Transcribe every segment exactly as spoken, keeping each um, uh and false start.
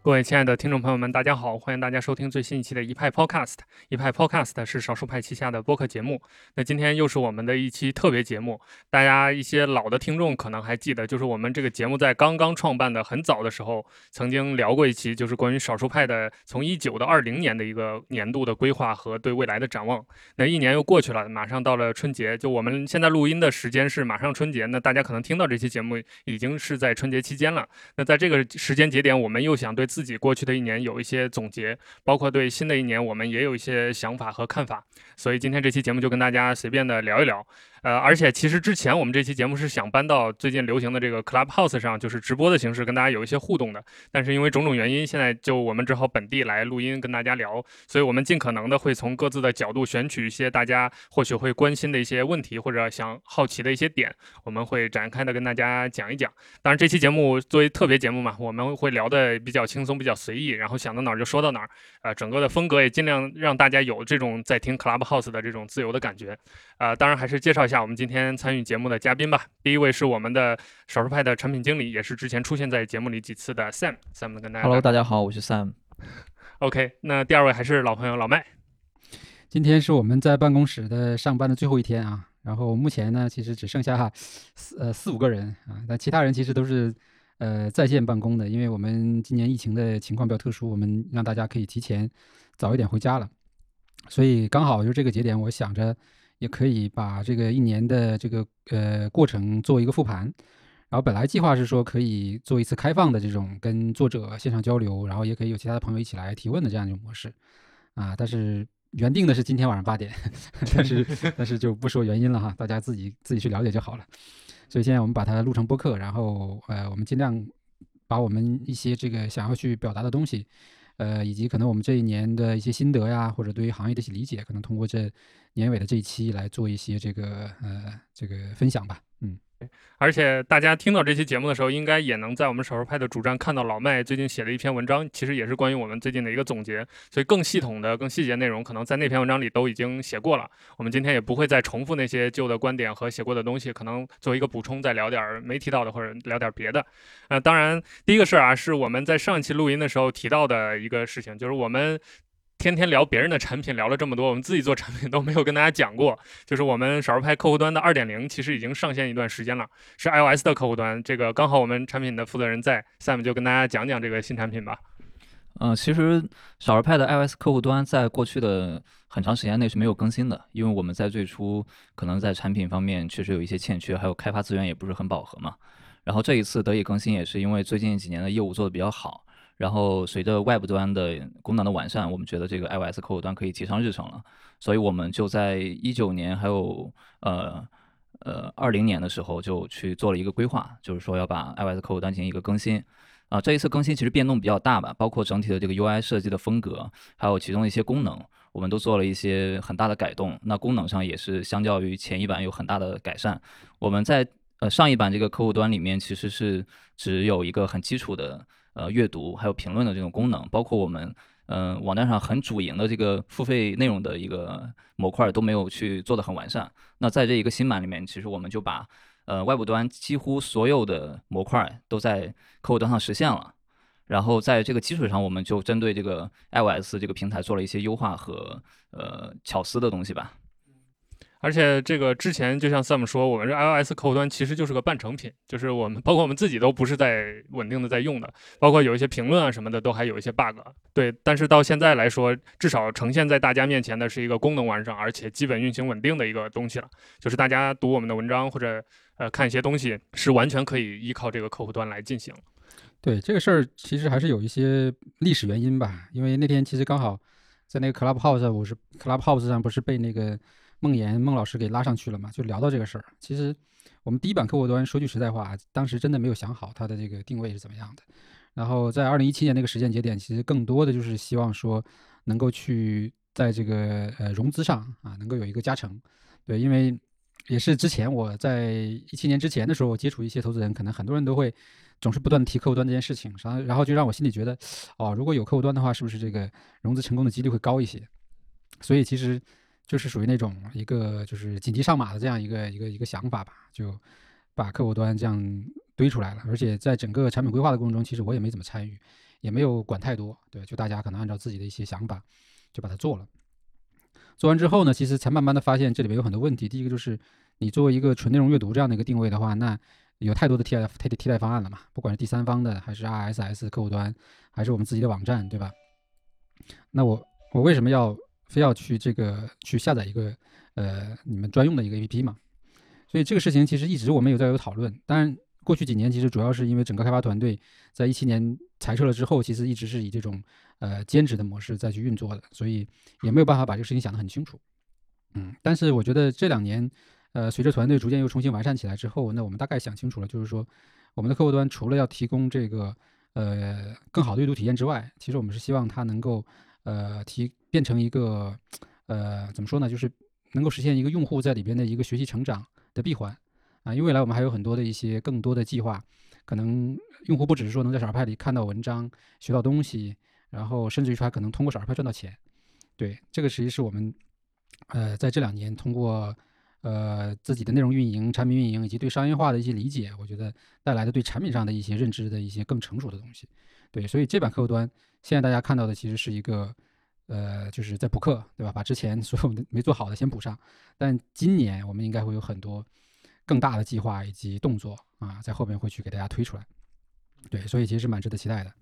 各位亲爱的听众朋友们，大家好，欢迎大家收听最新一期的一派 Podcast。一派 Podcast 是少数派旗下的播客节目。那今天又是我们的一期特别节目，大家一些老的听众可能还记得，就是我们这个节目在刚刚创办的很早的时候，曾经聊过一期，就是关于少数派的从一九到二零年的一个年度的规划和对未来的展望。那一年又过去了，马上到了春节，就我们现在录音的时间是马上春节，那大家可能听到这期节目已经是在春节期间了。那在这个时间节点，我们又想对自己过去的一年有一些总结，包括对新的一年我们也有一些想法和看法，所以今天这期节目就跟大家随便的聊一聊。呃，而且其实之前我们这期节目是想搬到最近流行的这个 Clubhouse 上，就是直播的形式跟大家有一些互动的，但是因为种种原因，现在就我们只好本地来录音跟大家聊，所以我们尽可能的会从各自的角度选取一些大家或许会关心的一些问题或者想好奇的一些点，我们会展开的跟大家讲一讲。当然这期节目作为特别节目嘛，我们会聊的比较轻松比较随意，然后想到哪儿就说到哪儿，呃，整个的风格也尽量让大家有这种在听 Clubhouse 的这种自由的感觉。呃，当然还是介绍一下我们今天参与节目的嘉宾吧。第一位是我们的少数派的产品经理，也是之前出现在节目里几次的 Sam。Sam 跟大家 Hello，大家好，我是 Sam。 OK， 那第二位还是老朋友老麦。 今天是我们在办公室的上班的最后一天啊，然后目前呢，其实只剩下四呃四五个人啊，但其他人其实都是呃在线办公的，因为我们今年疫情的情况比较特殊，我们让大家可以提前早一点回家了，所以刚好就这个节点，我想着也可以把这个一年的这个呃过程做一个复盘。然后本来计划是说可以做一次开放的这种跟作者线上交流，然后也可以有其他的朋友一起来提问的这样一种模式啊，但是原定的是今天晚上八点，但是但是就不说原因了哈，大家自己自己去了解就好了。所以现在我们把它录成播客，然后呃我们尽量把我们一些这个想要去表达的东西，呃以及可能我们这一年的一些心得呀，或者对于行业的一些理解，可能通过这年尾的这一期来做一些这个呃这个分享吧。嗯。 而且大家听到这期节目的时候，应该也能在我们少数派的主站看到老麦最近写的一篇文章，其实也是关于我们最近的一个总结，所以更系统的、更细节内容，可能在那篇文章里都已经写过了。我们今天也不会再重复那些旧的观点和写过的东西，可能做一个补充，再聊点没提到的或者聊点别的。呃，当然第一个事儿啊，是我们在上一期录音的时候提到的一个事情，就是我们天天聊别人的产品，聊了这么多，我们自己做产品都没有跟大家讲过。就是我们少数派客户端的 二点零 其实已经上线一段时间了，是 iOS 的客户端。这个刚好我们产品的负责人在 Sam 就跟大家讲讲这个新产品吧。 嗯、呃，其实少数派的 iOS 客户端在过去的很长时间内是没有更新的，因为我们在最初可能在产品方面确实有一些欠缺，还有开发资源也不是很饱和嘛。然后这一次得以更新，也是因为最近几年的业务做得比较好。然后随着 Web 端的功能的完善，我们觉得这个 iOS 客户端可以提上日程了，所以我们就在一九年还有呃呃二零年的时候就去做了一个规划，就是说要把 iOS 客户端进行一个更新。啊、呃，这一次更新其实变动比较大吧，包括整体的这个 U I 设计的风格，还有其中的一些功能，我们都做了一些很大的改动。那功能上也是相较于前一版有很大的改善。我们在呃上一版这个客户端里面其实是只有一个很基础的呃阅读还有评论的这种功能，包括我们嗯、呃、网站上很主营的这个付费内容的一个模块都没有去做得很完善。那在这一个新版里面，其实我们就把呃外部端几乎所有的模块都在客户端上实现了。然后在这个基础上，我们就针对这个 iOS 这个平台做了一些优化和呃巧思的东西吧。 而且这个之前就像 Sam 说，我们这 iOS 客户端其实就是个半成品，就是我们包括我们自己都不是在稳定的在用的，包括有一些评论啊什么的都还有一些 bug。对，但是到现在来说，至少呈现在大家面前的是一个功能完善而且基本运行稳定的一个东西了。就是大家读我们的文章或者呃看一些东西，是完全可以依靠这个客户端来进行。 对，这个事儿其实还是有一些历史原因吧，因为那天其实刚好在那个 Clubhouse， 我是 Clubhouse 上不是被那个孟岩孟老师给拉上去了嘛，就聊到这个事儿。其实我们第一版客户端说句实在话，当时真的没有想好它的这个定位是怎么样的。然后在二零一七年那个时间节点，其实更多的就是希望说能够去在这个呃融资上啊能够有一个加成。对，因为也是之前我在一七年之前的时候接触一些投资人，可能很多人都会总是不断提客户端这件事情，然后然后就让我心里觉得，哦，如果有客户端的话，是不是这个融资成功的几率会高一些？所以其实就是属于那种一个就是紧急上马的这样一个一个一个想法吧，就把客户端这样堆出来了。而且在整个产品规划的过程中，其实我也没怎么参与， 也没有管太多，对，就大家可能按照自己的一些想法就把它做了。做完之后呢，其实才慢慢的发现这里面有很多问题。第一个就是你作为一个纯内容阅读这样的一个定位的话，那有太多的替代替替代方案了嘛，不管是第三方的，还是 R S S 客户端，还是我们自己的网站，对吧？那我我为什么要非要去这个去下载一个呃你们专用的一个 A P P 嘛？所以这个事情其实一直我们有在有讨论。当然，过去几年其实主要是因为整个开发团队在一七年裁撤了之后，其实一直是以这种呃兼职的模式再去运作的，所以也没有办法把这个事情想得很清楚。嗯，但是我觉得这两年，呃，随着团队逐渐又重新完善起来之后，那我们大概想清楚了，就是说，我们的客户端除了要提供这个呃更好的阅读体验之外，其实我们是希望它能够呃提变成一个呃怎么说呢，就是能够实现一个用户在里边的一个学习成长的闭环啊。因为未来我们还有很多的一些更多的计划，可能用户不只是说能在少儿派里看到文章、学到东西，然后甚至于说还可能通过少儿派赚到钱。对，这个实际是我们。呃，在这两年通过呃自己的内容运营、产品运营以及对商业化的一些理解，我觉得带来的对产品上的一些认知的一些更成熟的东西。对，所以这版客户端现在大家看到的其实是一个呃，就是在补课，对吧？把之前所有的没做好的先补上。但今年我们应该会有很多更大的计划以及动作啊，在后面会去给大家推出来。对，所以其实是蛮值得期待的。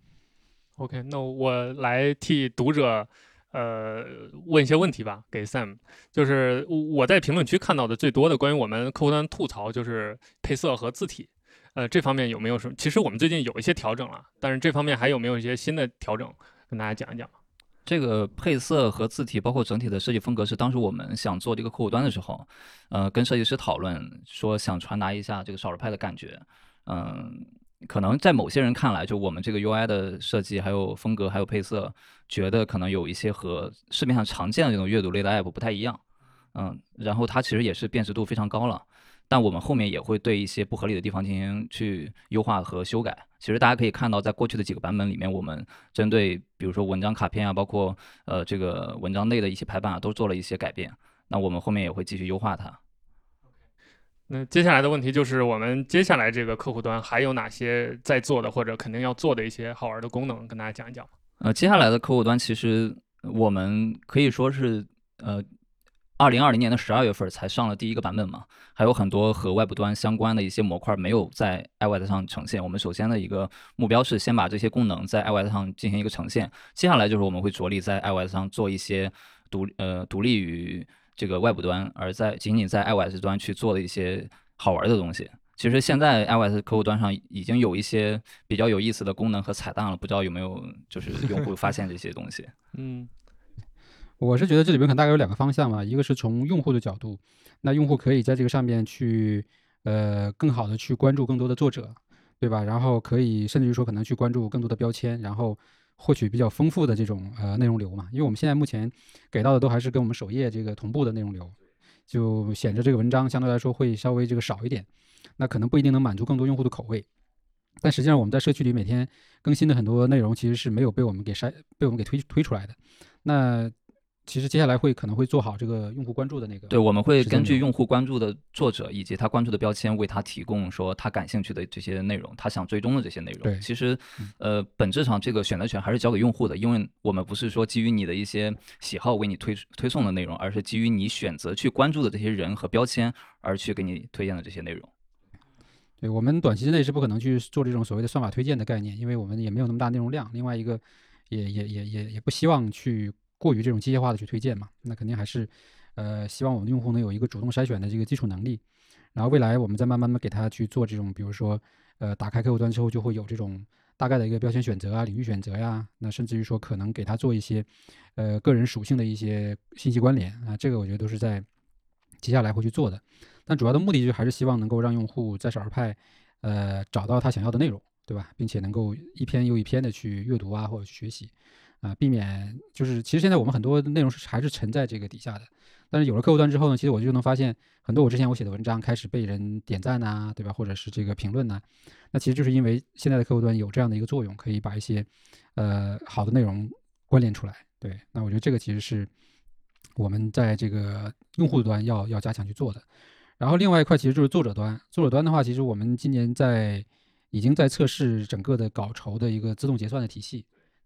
OK，那我来替读者。呃，问一些问题吧，给 Sam。就是我在评论区看到的最多的关于我们客户端吐槽，就是配色和字体。呃，这方面有没有什么？其实我们最近有一些调整了，但是这方面还有没有一些新的调整，跟大家讲一讲？ 这个配色和字体，包括整体的设计风格，是当时我们想做这个客户端的时候，呃，跟设计师讨论，说想传达一下这个少儿派的感觉，嗯、呃。可能在某些人看来，就我们这个 U I 的设计、还有风格、还有配色，觉得可能有一些和市面上常见的这种阅读类的 App 不太一样，嗯，然后它其实也是辨识度非常高了，但我们后面也会对一些不合理的地方进行去优化和修改。其实大家可以看到，在过去的几个版本里面，我们针对比如说文章卡片啊，包括呃这个文章内的一些排版啊，都做了一些改变。那我们后面也会继续优化它。 那接下来的问题就是，我们接下来这个客户端还有哪些在做的，或者肯定要做的一些好玩的功能，跟大家讲一讲。 呃，接下来的客户端其实我们可以说是呃，二零二零年的十二月份才上了第一个版本嘛，还有很多和外部端相关的一些模块没有在 iOS 上呈现。我们首先的一个目标是先把这些功能在 iOS 上进行一个呈现，接下来就是我们会着力在 iOS 上做一些独呃独立于这个外部端，而在仅仅在 iOS 端去做的一些好玩的东西。其实现在 iOS 客户端上已经有一些比较有意思的功能和彩蛋了，不知道有没有就是用户发现这些东西？ 嗯， 我是觉得这里边可能大概有两个方向吧，一个是从用户的角度，那用户可以在这个上面去呃更好的去关注更多的作者，对吧？然后可以甚至于说可能去关注更多的标签，然后获取比较丰富的这种呃内容流嘛。因为我们现在目前给到的都还是跟我们首页这个同步的内容流，就显着这个文章相对来说会稍微这个少一点，那可能不一定能满足更多用户的口味。但实际上我们在社区里每天更新的很多内容其实是没有被我们给筛被我们给推推出来的。那其实接下来会可能会做好这个用户关注的那个， 对，我们会根据用户关注的作者以及他关注的标签，为他提供说他感兴趣的这些内容，他想追踪的这些内容。 对， 其实，呃，本质上这个选择权还是交给用户的，因为我们不是说基于你的一些喜好为你推推送的内容，而是基于你选择去关注的这些人和标签而去给你推荐的这些内容。 对，我们短期之内是不可能去做这种所谓的算法推荐的概念，因为我们也没有那么大内容量。另外一个，也也也也也不希望去过于这种机械化的去推荐嘛，那肯定还是，呃，希望我们的用户能有一个主动筛选的这个基础能力。然后未来我们再慢慢的给他去做这种，比如说，呃，打开客户端之后就会有这种大概的一个标签选择啊、领域选择呀，那甚至于说可能给他做一些，呃，个人属性的一些信息关联啊，这个我觉得都是在接下来会去做的。但主要的目的就还是希望能够让用户在少儿派，呃，找到他想要的内容，对吧？并且能够一篇又一篇的去阅读啊，或者去学习，啊、呃，避免就是其实现在我们很多内容是还是沉在这个底下的，但是有了客户端之后呢，其实我就能发现很多我之前我写的文章开始被人点赞呐，对吧？或者是这个评论呐，那其实就是因为现在的客户端有这样的一个作用，可以把一些呃好的内容关联出来。对，那我觉得这个其实是我们在这个用户端要要加强去做的。然后另外一块其实就是作者端，作者端的话，其实我们今年在已经在测试整个的稿酬的一个自动结算的体系。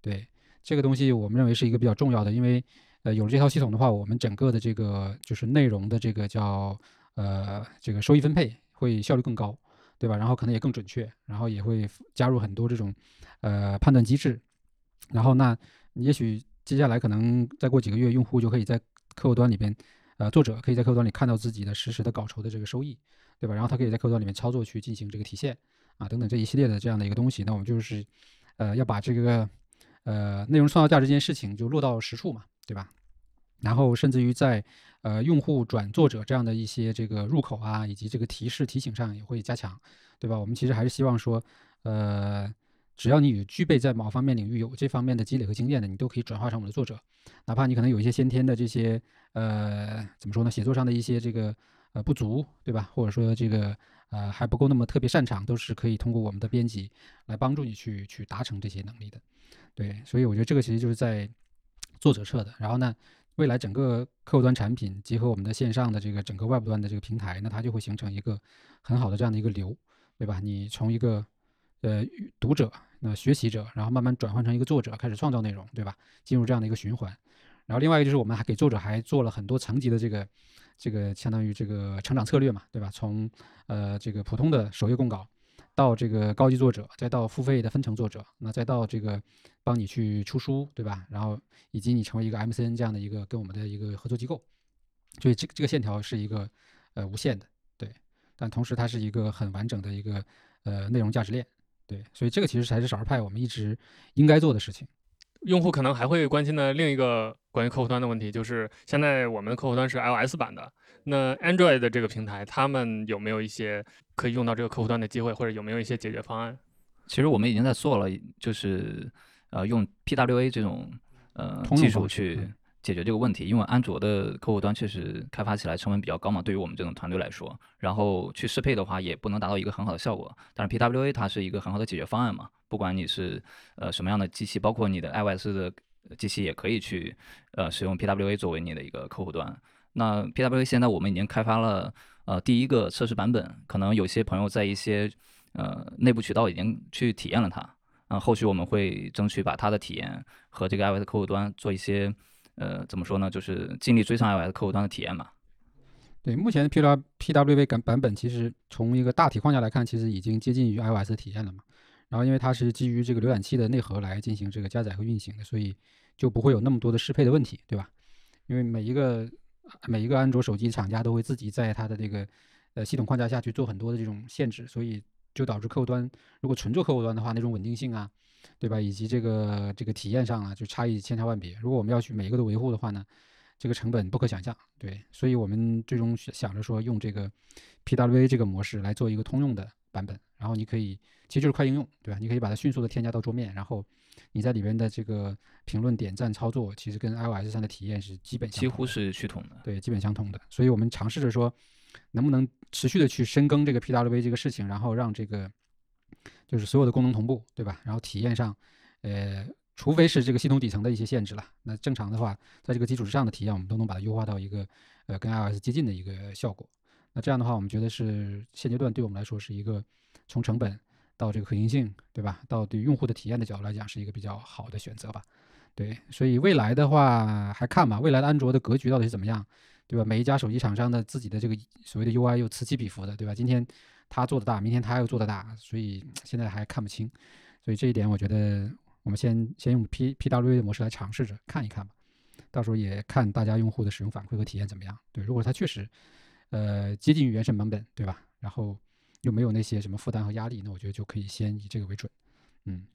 对，这个东西我们认为是一个比较重要的，因为呃有了这套系统的话，我们整个的这个就是内容的这个叫呃这个收益分配会效率更高，对吧？然后可能也更准确，然后也会加入很多这种呃判断机制，然后那也许接下来可能再过几个月，用户就可以在客户端里边，呃，作者可以在客户端里看到自己的实时的稿酬的这个收益，对吧？然后他可以在客户端里面操作去进行这个提现啊等等这一系列的这样的一个东西。那我们就是呃要把这个呃内容创造价值这件事情就落到实处嘛，对吧？然后甚至于在呃用户转作者这样的一些这个入口啊，以及这个提示提醒上也会加强，对吧？我们其实还是希望说，呃，只要你具备在某方面领域有这方面的积累和经验的，你都可以转化成我们的作者，哪怕你可能有一些先天的这些呃怎么说呢，写作上的一些这个呃不足，对吧？或者说这个呃还不够那么特别擅长，都是可以通过我们的编辑来帮助你去去达成这些能力的。对，所以我觉得这个其实就是在作者侧的。然后呢，未来整个客户端产品结合我们的线上的这个整个外部端的这个平台，那它就会形成一个很好的这样的一个流，对吧？你从一个呃读者、那学习者，然后慢慢转换成一个作者，开始创造内容，对吧？进入这样的一个循环。然后另外一个就是我们还给作者还做了很多层级的这个这个相当于这个成长策略嘛，对吧？从呃这个普通的首页供稿，到这个高级作者，再到付费的分成作者，那再到这个帮你去出书，对吧？然后以及你成为一个 M C N 这样的一个跟我们的一个合作机构，所以这这个线条是一个呃无限的，对，但同时它是一个很完整的一个呃内容价值链，对，所以这个其实才是少儿派我们一直应该做的事情。 用户可能还会关心的另一个关于客户端的问题，就是现在我们的客户端是 iOS 版的，那 Android 的这个平台，他们有没有一些可以用到这个客户端的机会，或者有没有一些解决方案？ 其实我们已经在做了，就是呃用 P W A 这种呃技术去解决这个问题，因为安卓的客户端确实开发起来成本比较高嘛，对于我们这种团队来说，然后去适配的话也不能达到一个很好的效果。但是 P W A 它是一个很好的解决方案嘛，不管你是呃什么样的机器，包括你的 iOS 的机器也可以去呃使用 P W A 作为你的一个客户端。那 P W A 现在我们已经开发了呃第一个测试版本，可能有些朋友在一些呃内部渠道已经去体验了它。嗯，后续我们会争取把它的体验和这个 iOS 客户端做一些，呃，怎么说呢，就是尽力追上 iOS 客户端的体验嘛。 对，目前的 P W A 版本其实从一个大体框架来看，其实已经接近于 iOS 的体验了嘛。然后因为它是基于这个浏览器的内核来进行这个加载和运行的，所以就不会有那么多的适配的问题，对吧？因为每一个每一个安卓手机厂家都会自己在它的这个呃系统框架下去做很多的这种限制，所以就导致客户端如果纯做客户端的话，那种稳定性啊，对吧？以及这个这个体验上啊，就差异千差万别。如果我们要去每一个都维护的话呢，这个成本不可想象。对，所以我们最终想着说用这个 P W A 这个模式来做一个通用的版本，然后你可以其实就是快应用，对吧？你可以把它迅速的添加到桌面，然后你在里边的这个评论、点赞、操作，其实跟 iOS 上的体验是基本相同的， 几乎是趋同的。 对，基本相同的。所以我们尝试着说，能不能持续的去深耕这个 P W A 这个事情，然后让这个就是所有的功能同步，对吧？然后体验上，呃，除非是这个系统底层的一些限制了，那正常的话，在这个基础之上的体验，我们都能把它优化到一个呃跟 iOS 接近的一个效果。那这样的话，我们觉得是现阶段对我们来说是一个从成本到这个可行性，对吧？到对用户的体验的角度来讲，是一个比较好的选择吧。对，所以未来的话还看吧，未来的安卓的格局到底是怎么样，对吧？每一家手机厂商的自己的这个所谓的 U I 又此起彼伏的，对吧？今天他做的大，明天他又做的大，所以现在还看不清。所以这一点，我觉得我们先先用 P P W A 的模式来尝试着看一看吧，到时候也看大家用户的使用反馈和体验怎么样。对，如果它确实呃接近于原生版本，对吧？然后又没有那些什么负担和压力，那我觉得就可以先以这个为准。嗯。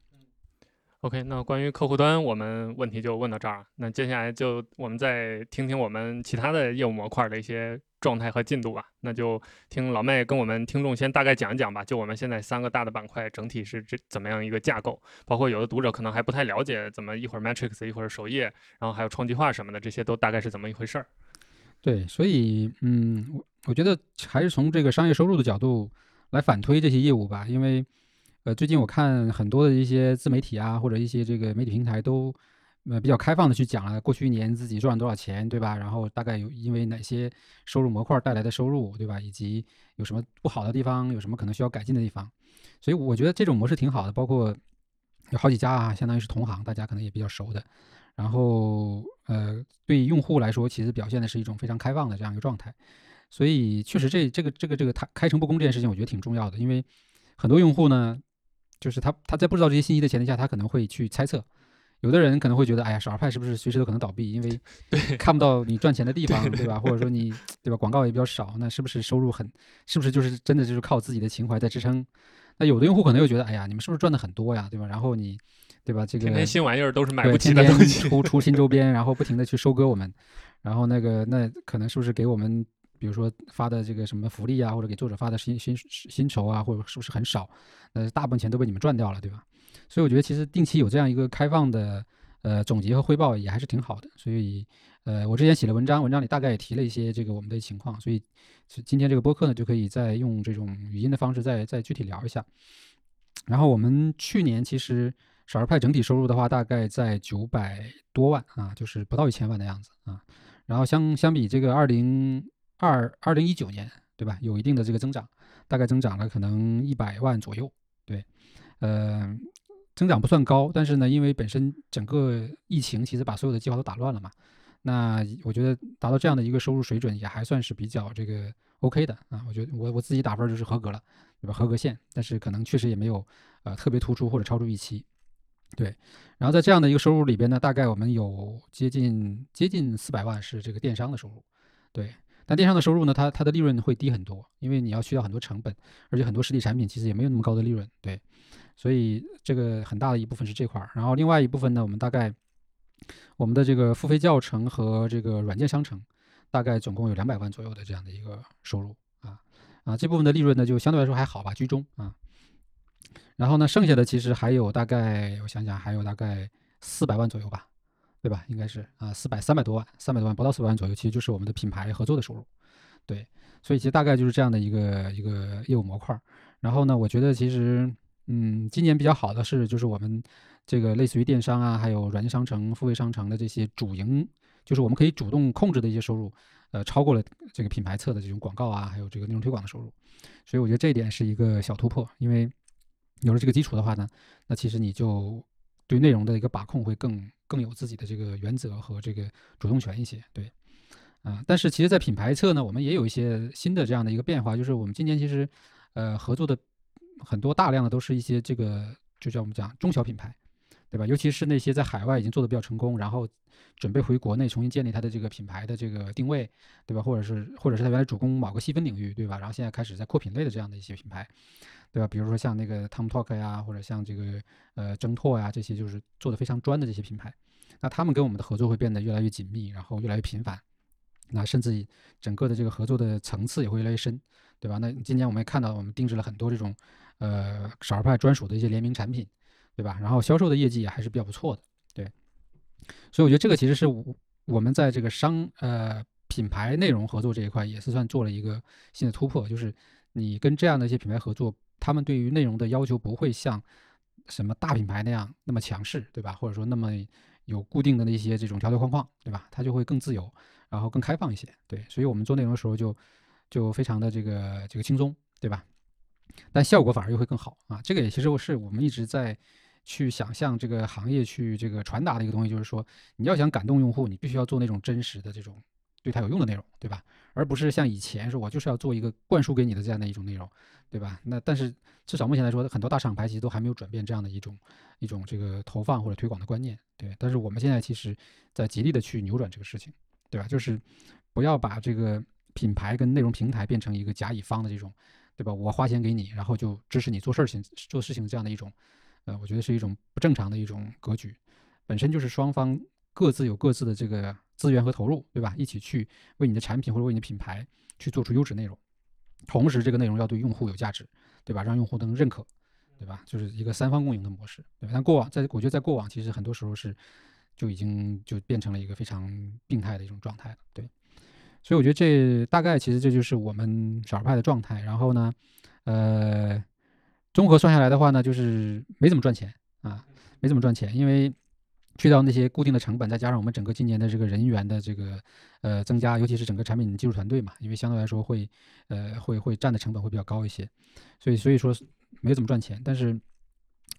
OK，那关于客户端，我们问题就问到这儿。那接下来就我们再听听我们其他的业务模块的一些状态和进度吧。那就听老麦跟我们听众先大概讲一讲吧。就我们现在三个大的板块整体是这怎么样一个架构，包括有的读者可能还不太了解，怎么一会儿 Matrix 一会儿首页，然后还有创计划什么的，这些都大概是怎么一回事儿。 对，所以嗯，我我觉得还是从这个商业收入的角度来反推这些业务吧，因为。呃，最近我看很多的一些自媒体啊，或者一些这个媒体平台都，呃，比较开放的去讲了过去一年自己赚了多少钱，对吧？然后大概有因为哪些收入模块带来的收入，对吧？以及有什么不好的地方，有什么可能需要改进的地方。所以我觉得这种模式挺好的，包括有好几家啊，相当于是同行，大家可能也比较熟的。然后呃，对用户来说，其实表现的是一种非常开放的这样一个状态。所以确实这这个这个这个他开诚布公这件事情，我觉得挺重要的，因为很多用户呢，就是他他在不知道这些信息的前提下，他可能会去猜测。有的人可能会觉得，哎呀，少儿派是不是随时都可能倒闭？因为看不到你赚钱的地方，对吧？或者说你对吧，广告也比较少，那是不是收入很，是不是就是真的就是靠自己的情怀在支撑？那有的用户可能又觉得，哎呀，你们是不是赚的很多呀，对吧？然后你，对吧？这个天天新玩意儿都是买对不起天天的东西。 出出新周边，然后不停的去收割我们，然后那个那可能是不是给我们，比如说发的这个什么福利啊，或者给作者发的薪薪薪酬啊，或者是不是很少？呃，大部分钱都被你们赚掉了，对吧？所以我觉得其实定期有这样一个开放的呃总结和汇报也还是挺好的。所以呃，我之前写了文章，文章里大概也提了一些这个我们的情况，所以今天这个播客呢就可以再用这种语音的方式再再具体聊一下。然后我们去年其实少儿派整体收入的话，大概在九百多万啊，就是不到一千万的样子啊。然后相相比这个二零二二零一九年，对吧，有一定的这个增长，大概增长了可能一百万左右。对，呃，增长不算高，但是呢，因为本身整个疫情其实把所有的计划都打乱了嘛，那我觉得达到这样的一个收入水准也还算是比较这个 OK 的啊。我觉得我我自己打分就是合格了，对吧？合格线，但是可能确实也没有呃特别突出或者超出预期。对，然后在这样的一个收入里边呢，大概我们有接近接近四百万是这个电商的收入。对，但电商的收入呢，它它的利润会低很多，因为你要需要很多成本，而且很多实体产品其实也没有那么高的利润。对，所以这个很大的一部分是这块儿，然后另外一部分呢，我们大概我们的这个付费教程和这个软件商城，大概总共有两百万左右的这样的一个收入啊啊，这部分的利润呢就相对来说还好吧，居中啊。然后呢，剩下的其实还有大概，我想想，还有大概四百万左右吧，对吧？应该是啊，四百三百多万，三百多万不到四百万左右，其实就是我们的品牌合作的收入。对，所以其实大概就是这样的一个一个业务模块。然后呢，我觉得其实嗯，今年比较好的是，就是我们这个类似于电商啊，还有软件商城、付费商城的这些主营，就是我们可以主动控制的一些收入，呃，超过了这个品牌侧的这种广告啊，还有这个内容推广的收入。所以我觉得这一点是一个小突破，因为有了这个基础的话呢，那其实你就对内容的一个把控会更更有自己的这个原则和这个主动权一些。对，啊、呃，但是其实，在品牌侧呢，我们也有一些新的这样的一个变化，就是我们今年其实呃合作的很多大量的都是一些这个就叫我们讲中小品牌，对吧？尤其是那些在海外已经做的比较成功，然后准备回国内重新建立它的这个品牌的这个定位，对吧？或者是或者是它原来主攻某个细分领域，对吧？然后现在开始在扩品类的这样的一些品牌，对吧？比如说像那个 Tom Talk 呀，或者像这个呃挣拓呀，这些就是做的非常专的这些品牌，那他们跟我们的合作会变得越来越紧密，然后越来越频繁，那甚至整个的这个合作的层次也会越来越深，对吧？那今年我们也看到，我们定制了很多这种呃少儿派专属的一些联名产品，对吧？然后销售的业绩也还是比较不错的，对。所以我觉得这个其实是我们在这个商呃品牌内容合作这一块也是算做了一个新的突破，就是你跟这样的一些品牌合作，他们对于内容的要求不会像什么大品牌那样那么强势，对吧？或者说那么有固定的那些这种条条框框，对吧？它就会更自由，然后更开放一些，对。所以我们做内容的时候就就非常的这个这个轻松，对吧？但效果反而又会更好啊！这个也其实是我们一直在去想象这个行业去这个传达的一个东西，就是说你要想感动用户，你必须要做那种真实的这种对他有用的内容，对吧？而不是像以前说我就是要做一个灌输给你的这样的一种内容，对吧？那但是至少目前来说，很多大厂牌其实都还没有转变这样的一种一种这个投放或者推广的观念，对。但是我们现在其实在极力的去扭转这个事情，对吧？就是不要把这个品牌跟内容平台变成一个甲乙方的这种。对吧？我花钱给你，然后就支持你做事情、做事情这样的一种，呃，我觉得是一种不正常的一种格局。本身就是双方各自有各自的这个资源和投入，对吧？一起去为你的产品或者为你的品牌去做出优质内容，同时这个内容要对用户有价值，对吧？让用户能认可，对吧？就是一个三方共赢的模式。对吧？但过往在我觉得在过往其实很多时候是就已经就变成了一个非常病态的一种状态了，对。所以我觉得这大概其实这就是我们少儿派的状态。然后呢，呃，综合算下来的话呢，就是没怎么赚钱啊，没怎么赚钱，因为去掉那些固定的成本，再加上我们整个今年的这个人员的这个呃增加，尤其是整个产品技术团队嘛，因为相对来说会呃会会占的成本会比较高一些，所以所以说没怎么赚钱。但是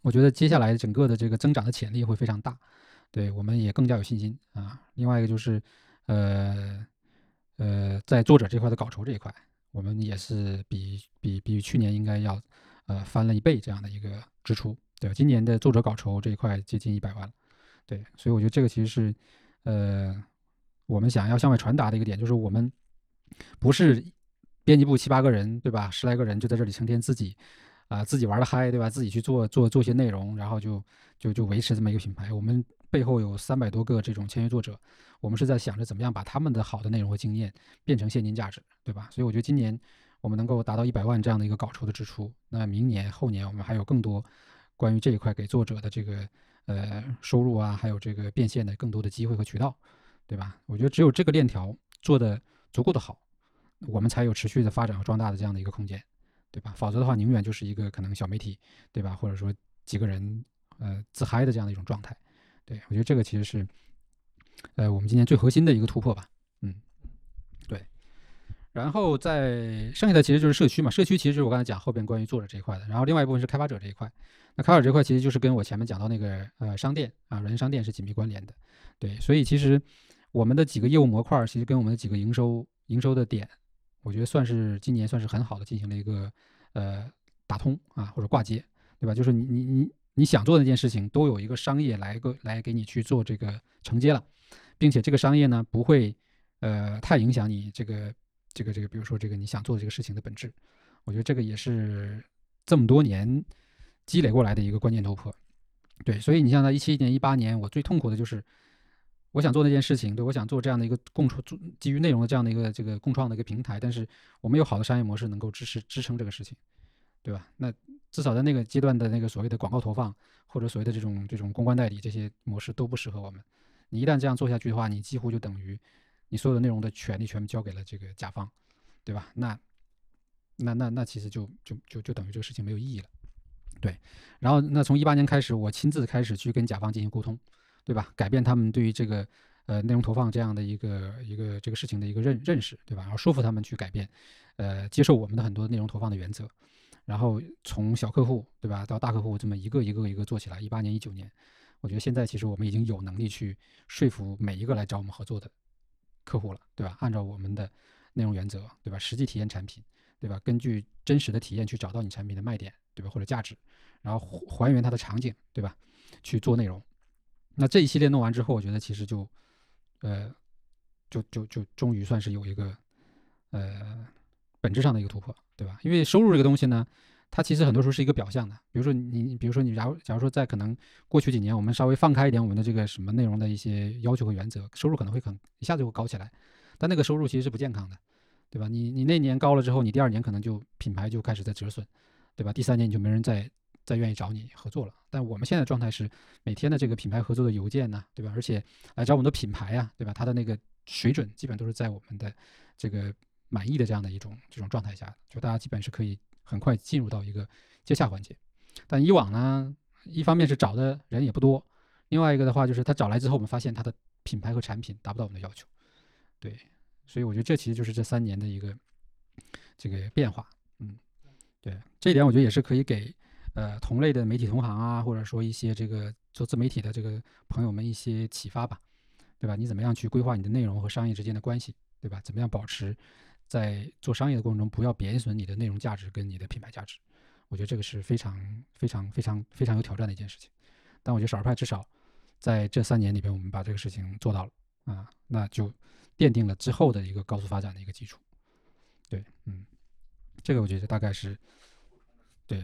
我觉得接下来整个的这个增长的潜力会非常大，对我们也更加有信心啊。另外一个就是呃呃，在作者这块的稿酬这一块，我们也是比比比去年应该要呃翻了一倍这样的一个支出，对，今年的作者稿酬这一块接近一百万了，对，所以我觉得这个其实是呃我们想要向外传达的一个点，就是我们不是编辑部七八个人，对吧？十来个人就在这里成天自己啊、呃、自己玩的嗨，对吧？自己去做做做些内容，然后就就就维持这么一个品牌。我们背后有三百多个这种签约作者，我们是在想着怎么样把他们的好的内容和经验变成现金价值，对吧？所以我觉得今年我们能够达到一百万这样的一个稿酬的支出，那明年后年我们还有更多关于这一块给作者的这个呃收入啊，还有这个变现的更多的机会和渠道，对吧？我觉得只有这个链条做的足够的好，我们才有持续的发展和壮大的这样的一个空间，对吧？否则的话，你永远就是一个可能小媒体，对吧？或者说几个人呃自嗨的这样的一种状态。对，我觉得这个其实是呃我们今年最核心的一个突破吧。嗯，对。然后在剩下的其实就是社区嘛，社区其实就是我刚才讲后边关于作者这一块的，然后另外一部分是开发者这一块。那开发者这一块其实就是跟我前面讲到那个呃商店啊，软件商店是紧密关联的。对，所以其实我们的几个业务模块其实跟我们的几个营收营收的点，我觉得算是今年算是很好的进行了一个呃打通啊或者挂接，对吧？就是你你你你想做的那件事情都有一个商业来个来给你去做这个承接了，并且这个商业呢不会呃太影响你这个这个这个比如说这个你想做的这个事情的本质。我觉得这个也是这么多年积累过来的一个关键突破。对，所以你像在一七年、一八年，我最痛苦的就是我想做那件事情，对，我想做这样的一个共创基于内容的这样的一个这个共创的一个平台，但是我没有好的商业模式能够支持支撑这个事情，对吧？那至少在那个阶段的那个所谓的广告投放或者所谓的这种这种公关代理这些模式都不适合我们。你一旦这样做下去的话，你几乎就等于你所有的内容的权利全部交给了这个甲方，对吧？那那那那其实就就就就等于这个事情没有意义了。对，然后那从一八年开始，我亲自开始去跟甲方进行沟通，对吧？改变他们对于这个呃内容投放这样的一个一个这个事情的一个认认识，对吧？然后说服他们去改变，呃，接受我们的很多内容投放的原则，然后从小客户，对吧，到大客户这么一个一个一个做起来。一八年、一九年，我觉得现在其实我们已经有能力去说服每一个来找我们合作的客户了，对吧？按照我们的内容原则，对吧？实际体验产品，对吧？根据真实的体验去找到你产品的卖点，对吧？或者价值，然后还原它的场景，对吧？去做内容。那这一系列弄完之后，我觉得其实就，呃，就就就终于算是有一个，呃，本质上的一个突破，对吧？因为收入这个东西呢，它其实很多时候是一个表象的。比如说你，比如说你，假如假如说在可能过去几年，我们稍微放开一点我们的这个什么内容的一些要求和原则，收入可能会很一下子就会高起来，但那个收入其实是不健康的，对吧？你你那年高了之后，你第二年可能就品牌就开始在折损，对吧？第三年你就没人再再愿意找你合作了。但我们现在的状态是每天的这个品牌合作的邮件呢，对吧？而且来找我们的品牌啊，对吧？它的那个水准基本都是在我们的这个满意的这样的一种这种状态下，就大家基本是可以很快进入到一个接洽环节。但以往呢，一方面是找的人也不多，另外一个的话就是他找来之后，我们发现他的品牌和产品达不到我们的要求，对，所以我觉得这其实就是这三年的一个这个变化。嗯，对，这一点我觉得也是可以给呃同类的媒体同行啊，或者说一些这个做自媒体的这个朋友们一些启发吧，对吧？你怎么样去规划你的内容和商业之间的关系，对吧？怎么样保持在做商业的过程中不要贬损你的内容价值跟你的品牌价值？我觉得这个是非常非常非常非常有挑战的一件事情。但我觉得少儿派至少在这三年里边，我们把这个事情做到了啊，那就奠定了之后的一个高速发展的一个基础。对，嗯，这个我觉得大概是对。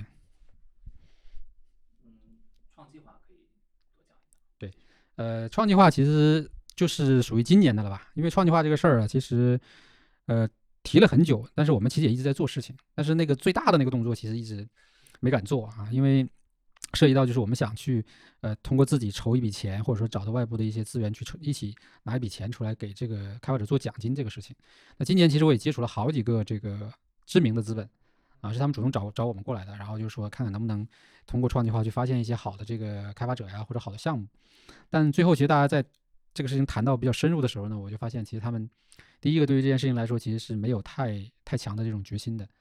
嗯，创计划可以多讲一讲。 对，呃，创计划其实就是属于今年的了吧？因为创计划这个事儿啊，其实呃提了很久，但是我们其实也一直在做事情，但是那个最大的那个动作其实一直没敢做啊，因为涉及到就是我们想去呃通过自己筹一笔钱，或者说找到外部的一些资源去一起拿一笔钱出来给这个开发者做奖金这个事情。那今年其实我也接触了好几个这个知名的资本啊，是他们主动找找我们过来的，然后就说看看能不能通过创计划去发现一些好的这个开发者呀，或者好的项目。但最后其实大家在这个事情谈到比较深入的时候呢，我就发现其实他们第一个对于这件事情来说其实是没有太太强的这种决心的。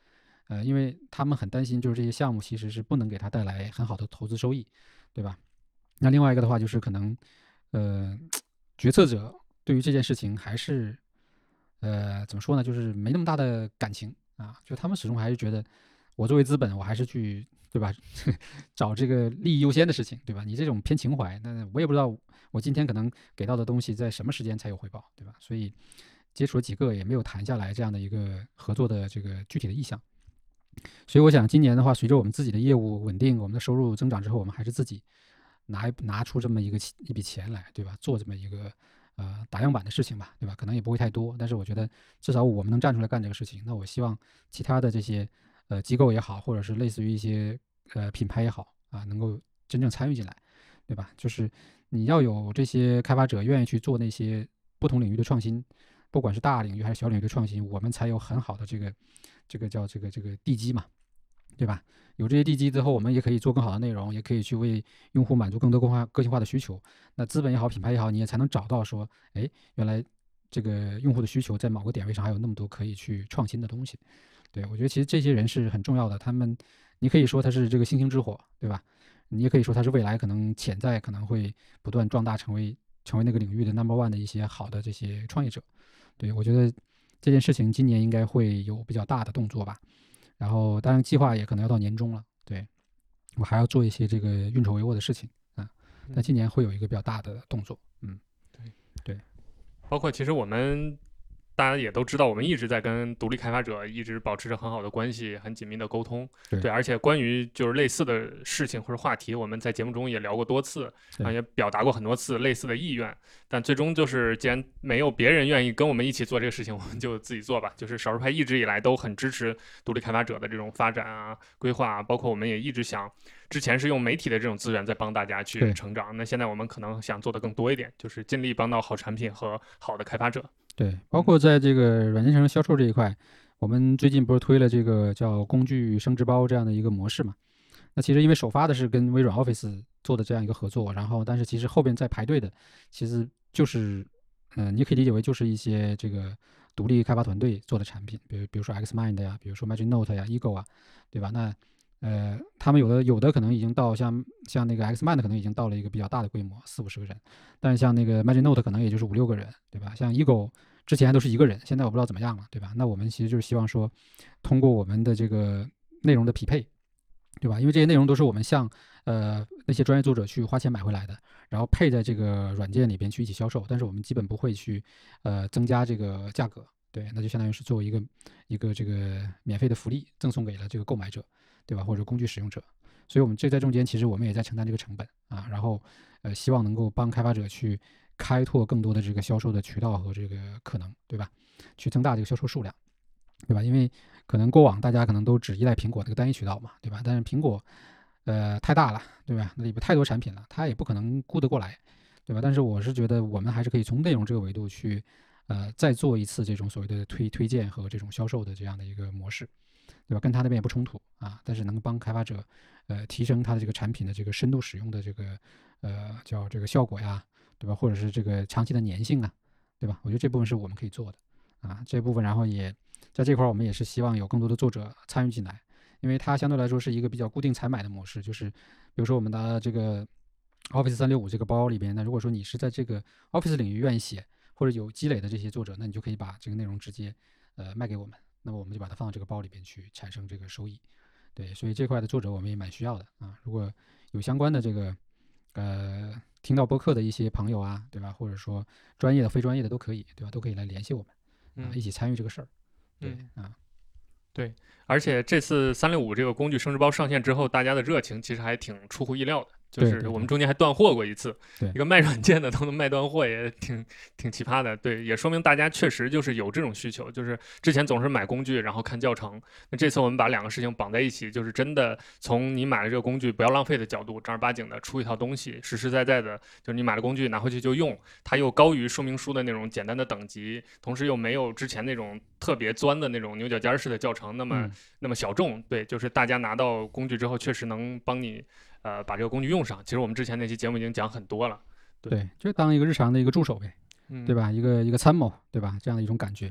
呃，因为他们很担心，就是这些项目其实是不能给他带来很好的投资收益，对吧？那另外一个的话就是可能，呃，决策者对于这件事情还是，呃，怎么说呢，就是没那么大的感情啊，就他们始终还是觉得，我作为资本，我还是去，对吧，找这个利益优先的事情，对吧？你这种偏情怀，那我也不知道我今天可能给到的东西在什么时间才有回报，对吧？所以接触了几个也没有谈下来这样的一个合作的这个具体的意向。所以我想今年的话，随着我们自己的业务稳定，我们的收入增长之后，我们还是自己拿拿出这么一个一笔钱来，对吧？做这么一个呃打样板的事情吧，对吧？可能也不会太多，但是我觉得至少我们能站出来干这个事情。那我希望其他的这些呃机构也好，或者是类似于一些呃品牌也好啊，能够真正参与进来，对吧？就是你要有这些开发者愿意去做那些不同领域的创新，不管是大领域还是小领域的创新，我们才有很好的这个这个叫这个这个地基嘛，对吧？有这些地基之后，我们也可以做更好的内容，也可以去为用户满足更多个性化个性化的需求。那资本也好，品牌也好，你也才能找到说，哎，原来这个用户的需求在某个点位上还有那么多可以去创新的东西。对，我觉得其实这些人是很重要的，他们你可以说他是这个星星之火，对吧？你也可以说他是未来可能潜在可能会不断壮大成为成为那个领域的 number one 的一些好的这些创业者。对，我觉得这件事情今年应该会有比较大的动作吧。然后当然计划也可能要到年终了，对，我还要做一些这个运筹帷幄的事情啊，但今年会有一个比较大的动作。嗯， 对对， 包括其实我们大家也都知道，我们一直在跟独立开发者一直保持着很好的关系，很紧密的沟通。 对， 对，而且关于就是类似的事情或者话题，我们在节目中也聊过多次，啊，也表达过很多次类似的意愿。但最终就是，既然没有别人愿意跟我们一起做这个事情，我们就自己做吧。就是少数派一直以来都很支持独立开发者的这种发展啊、规划啊，包括我们也一直想，之前是用媒体的这种资源在帮大家去成长，那现在我们可能想做的更多一点，就是尽力帮到好产品和好的开发者。 对，包括在这个软件上销售这一块，我们最近不是推了这个叫工具升值包这样的一个模式嘛？那其实因为首发的是跟微软 Office 做的这样一个合作，然后但是其实后边在排队的，其实就是，嗯、呃，你可以理解为就是一些这个独立开发团队做的产品，比如比如说 Xmind 呀，比如说 Magic Note 呀 ，Ego 啊，对吧？那呃，他们有的有的可能已经到像像那个 Xmind 可能已经到了一个比较大的规模，四五十个人，但是像那个 Magic Note 可能也就是五六个人，对吧？像 Ego 之前都是一个人，现在我不知道怎么样了，对吧？那我们其实就是希望说，通过我们的这个内容的匹配，对吧？因为这些内容都是我们向呃那些专业作者去花钱买回来的，然后配在这个软件里边去一起销售，但是我们基本不会去呃增加这个价格，对，那就相当于是作为一个一个这个免费的福利赠送给了这个购买者，对吧？或者工具使用者，所以我们这在中间其实我们也在承担这个成本啊，然后呃希望能够帮开发者去开拓更多的这个销售的渠道和这个可能，对吧？去增大这个销售数量，对吧？因为可能过往大家可能都只依赖苹果这个单一渠道嘛，对吧？但是苹果呃太大了，对吧？那里边太多产品了，它也不可能顾得过来，对吧？但是我是觉得我们还是可以从内容这个维度去呃再做一次这种所谓的推推荐和这种销售的这样的一个模式，对吧？跟他那边也不冲突啊，但是能帮开发者呃提升他的这个产品的这个深度使用的这个呃叫这个效果呀，对吧？或者是这个长期的粘性啊，对吧？我觉得这部分是我们可以做的啊，这部分然后也在这块我们也是希望有更多的作者参与进来，因为它相对来说是一个比较固定采买的模式，就是比如说我们的这个 Office 三六五这个包里边，那如果说你是在这个 Office 领域愿意写或者有积累的这些作者，那你就可以把这个内容直接呃卖给我们，那么我们就把它放到这个包里边去产生这个收益。对，所以这块的作者我们也蛮需要的啊。如果有相关的这个呃听到播客的一些朋友啊，对吧？或者说专业的、非专业的都可以，对吧？都可以来联系我们啊，一起参与这个事儿。对啊， 对，而且这次三六五这个工具升值包上线之后，大家的热情其实还挺出乎意料的。就是我们中间还断货过一次， 对， 一个卖软件的都能卖断货，也挺挺奇葩的。对，也说明大家确实就是有这种需求，就是之前总是买工具然后看教程，那这次我们把两个事情绑在一起，就是真的从你买了这个工具不要浪费的角度，正儿八经的出一套东西，实实在在的，就是你买了工具拿回去就用，它又高于说明书的那种简单的等级，同时又没有之前那种特别钻的那种牛角尖式的教程那么、 嗯、 那么小众。对，就是大家拿到工具之后，确实能帮你。呃，把这个工具用上，其实我们之前那期节目已经讲很多了，对， 对就当一个日常的一个助手呗， 嗯、 对吧？一个一个参谋，对吧？这样的一种感觉。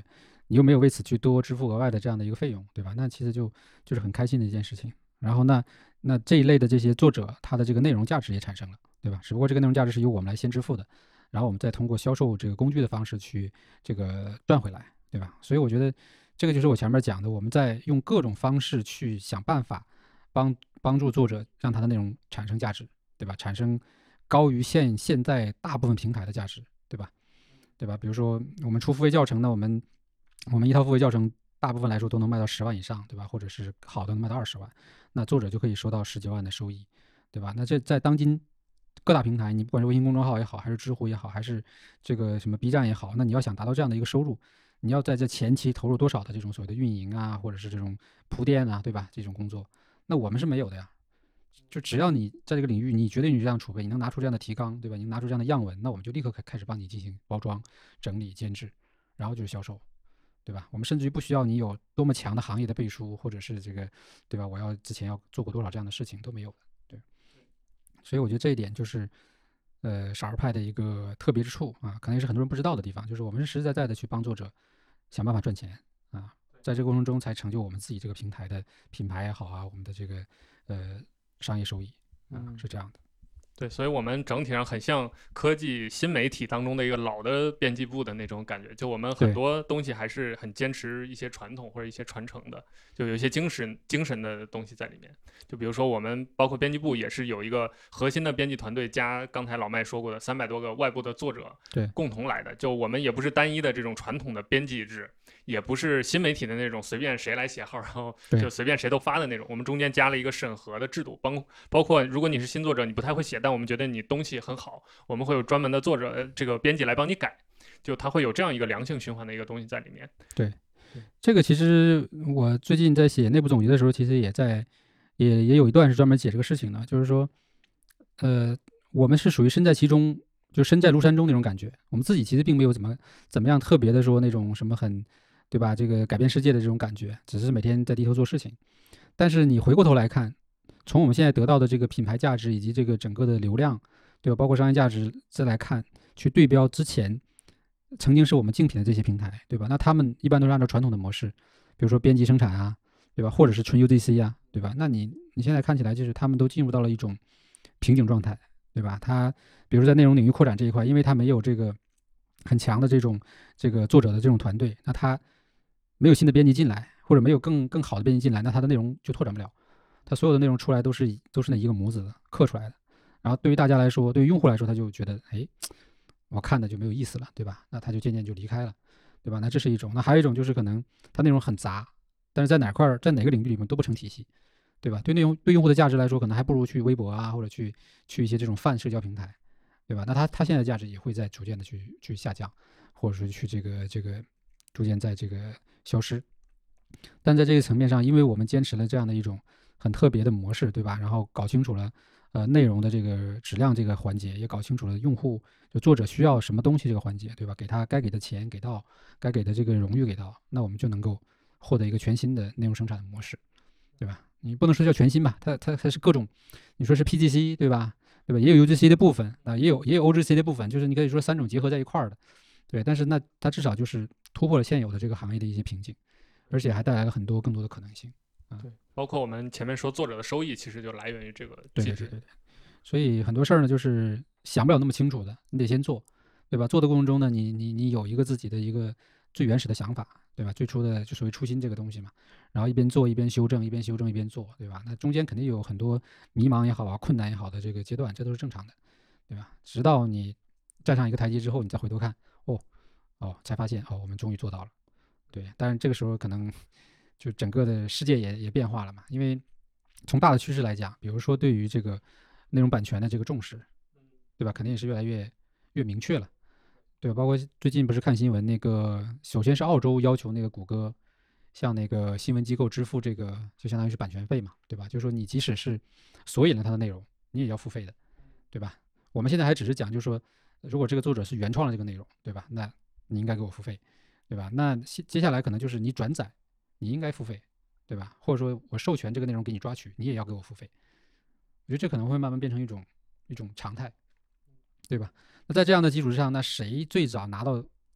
你又没有为此去多支付额外的这样的一个费用，对吧？那其实就就是很开心的一件事情。然后那那这一类的这些作者，他的这个内容价值也产生了，对吧？只不过这个内容价值是由我们来先支付的，然后我们再通过销售这个工具的方式去这个赚回来，对吧？所以我觉得这个就是我前面讲的，我们在用各种方式去想办法帮帮助作者让他的内容产生价值，对吧？产生高于现现在大部分平台的价值，对吧？对吧？比如说我们出付费教程呢，我们我们一套付费教程大部分来说都能卖到十万以上，对吧？或者是好的能卖到二十万，那作者就可以收到十几万的收益，对吧？那这在当今各大平台，你不管是微信公众号也好，还是知乎也好，还是这个什么 B 站也好，那你要想达到这样的一个收入，你要在这前期投入多少的这种所谓的运营啊，或者是这种铺垫啊，对吧？这种工作，那我们是没有的呀。就只要你在这个领域，你觉得你这样储备，你能拿出这样的提纲，对吧？你能拿出这样的样文，那我们就立刻开始帮你进行包装、整理、监制，然后就是销售，对吧？我们甚至于不需要你有多么强的行业的背书，或者是这个，对吧？我要之前要做过多少这样的事情都没有的，对。所以我觉得这一点就是，呃，少儿派的一个特别之处啊，可能也是很多人不知道的地方，就是我们是实实在在的去帮作者想办法赚钱啊，在这个过程中才成就我们自己这个平台的品牌也好啊，我们的这个呃商业收益啊，是这样的。 对，所以我们整体上很像科技新媒体当中的一个老的编辑部的那种感觉，就我们很多东西还是很坚持一些传统或者一些传承的，就有一些精神精神的东西在里面。就比如说我们包括编辑部也是有一个核心的编辑团队，加刚才老麦说过的三百多个外部的作者， 对， 共同来的。就我们也不是单一的这种传统的编辑制，也不是新媒体的那种随便谁来写号，然后就随便谁都发的那种。我们中间加了一个审核的制度，包包括如果你是新作者，你不太会写，但我们觉得你东西很好，我们会有专门的作者这个编辑来帮你改，就它会有这样一个良性循环的一个东西在里面。 对，这个其实我最近在写内部总结的时候，其实也在也也有一段是专门写这个事情的，就是说，呃，我们是属于身在其中，就身在庐山中那种感觉。我们自己其实并没有怎么怎么样特别的说那种什么很，对吧？这个改变世界的这种感觉，只是每天在低头做事情。但是你回过头来看，从我们现在得到的这个品牌价值以及这个整个的流量，对吧？包括商业价值再来看，去对标之前曾经是我们竞品的这些平台，对吧？那他们一般都是按照传统的模式，比如说编辑生产啊，对吧？或者是纯 U G C 啊，对吧？那你你现在看起来就是他们都进入到了一种瓶颈状态，对吧？他比如在内容领域扩展这一块，因为他没有这个很强的这种这个作者的这种团队，那他没有新的编辑进来，或者没有更更好的编辑进来，那他的内容就拓展不了。他所有的内容出来都是都是那一个模子刻出来的，然后对于大家来说，对于用户来说，他就觉得，哎，我看的就没有意思了，对吧？那他就渐渐就离开了，对吧？那这是一种。那还有一种就是可能它内容很杂，但是在哪块在哪个领域里面都不成体系，对吧？对内容对用户的价值来说，可能还不如去微博啊，或者去去一些这种泛社交平台，对吧？那它它现在的价值也会在逐渐的去去下降，或者是去这个这个逐渐在这个消失。但在这个层面上，因为我们坚持了这样的一种很特别的模式，对吧？然后搞清楚了呃内容的这个质量这个环节，也搞清楚了用户就作者需要什么东西这个环节，对吧？给他该给的钱给到，该给的这个荣誉给到，那我们就能够获得一个全新的内容生产的模式，对吧？你不能说叫全新吧，它它它是各种，你说是 P G C 对吧？对吧？也有 U G C 的部分啊，也有也有 O G C 的部分，就是你可以说三种结合在一块儿的，对。但是那它至少就是突破了现有的这个行业的一些瓶颈，而且还带来了很多更多的可能性。啊、 对，包括我们前面说作者的收益，其实就来源于这个机制。 对对对对。所以很多事儿呢，就是想不了那么清楚的，你得先做，对吧？做的过程中呢，你你你有一个自己的一个最原始的想法，对吧？最初的就所谓初心这个东西嘛，然后一边做一边修正，一边修正一边做，对吧？那中间肯定有很多迷茫也好啊，困难也好的这个阶段，这都是正常的，对吧？直到你站上一个台阶之后，你再回头看，哦哦，才发现哦，我们终于做到了，对。但是这个时候可能就整个的世界也也变化了嘛，因为从大的趋势来讲，比如说对于这个内容版权的这个重视，对吧？肯定也是越来越越明确了，对吧？包括最近不是看新闻，那个首先是澳洲要求那个谷歌向那个新闻机构支付这个，就相当于是版权费嘛，对吧？就是说你即使是索引了它的内容，你也要付费的，对吧？我们现在还只是讲，就是说，如果这个作者是原创的这个内容，对吧？那你应该给我付费，对吧？那接下来可能就是你转载，你应该付费，对吧？或者说我授权这个内容给你抓取，你也要给我付费。我觉得这可能会慢慢变成一种一种常态，对吧？那在这样的基础之上，那谁最早拿到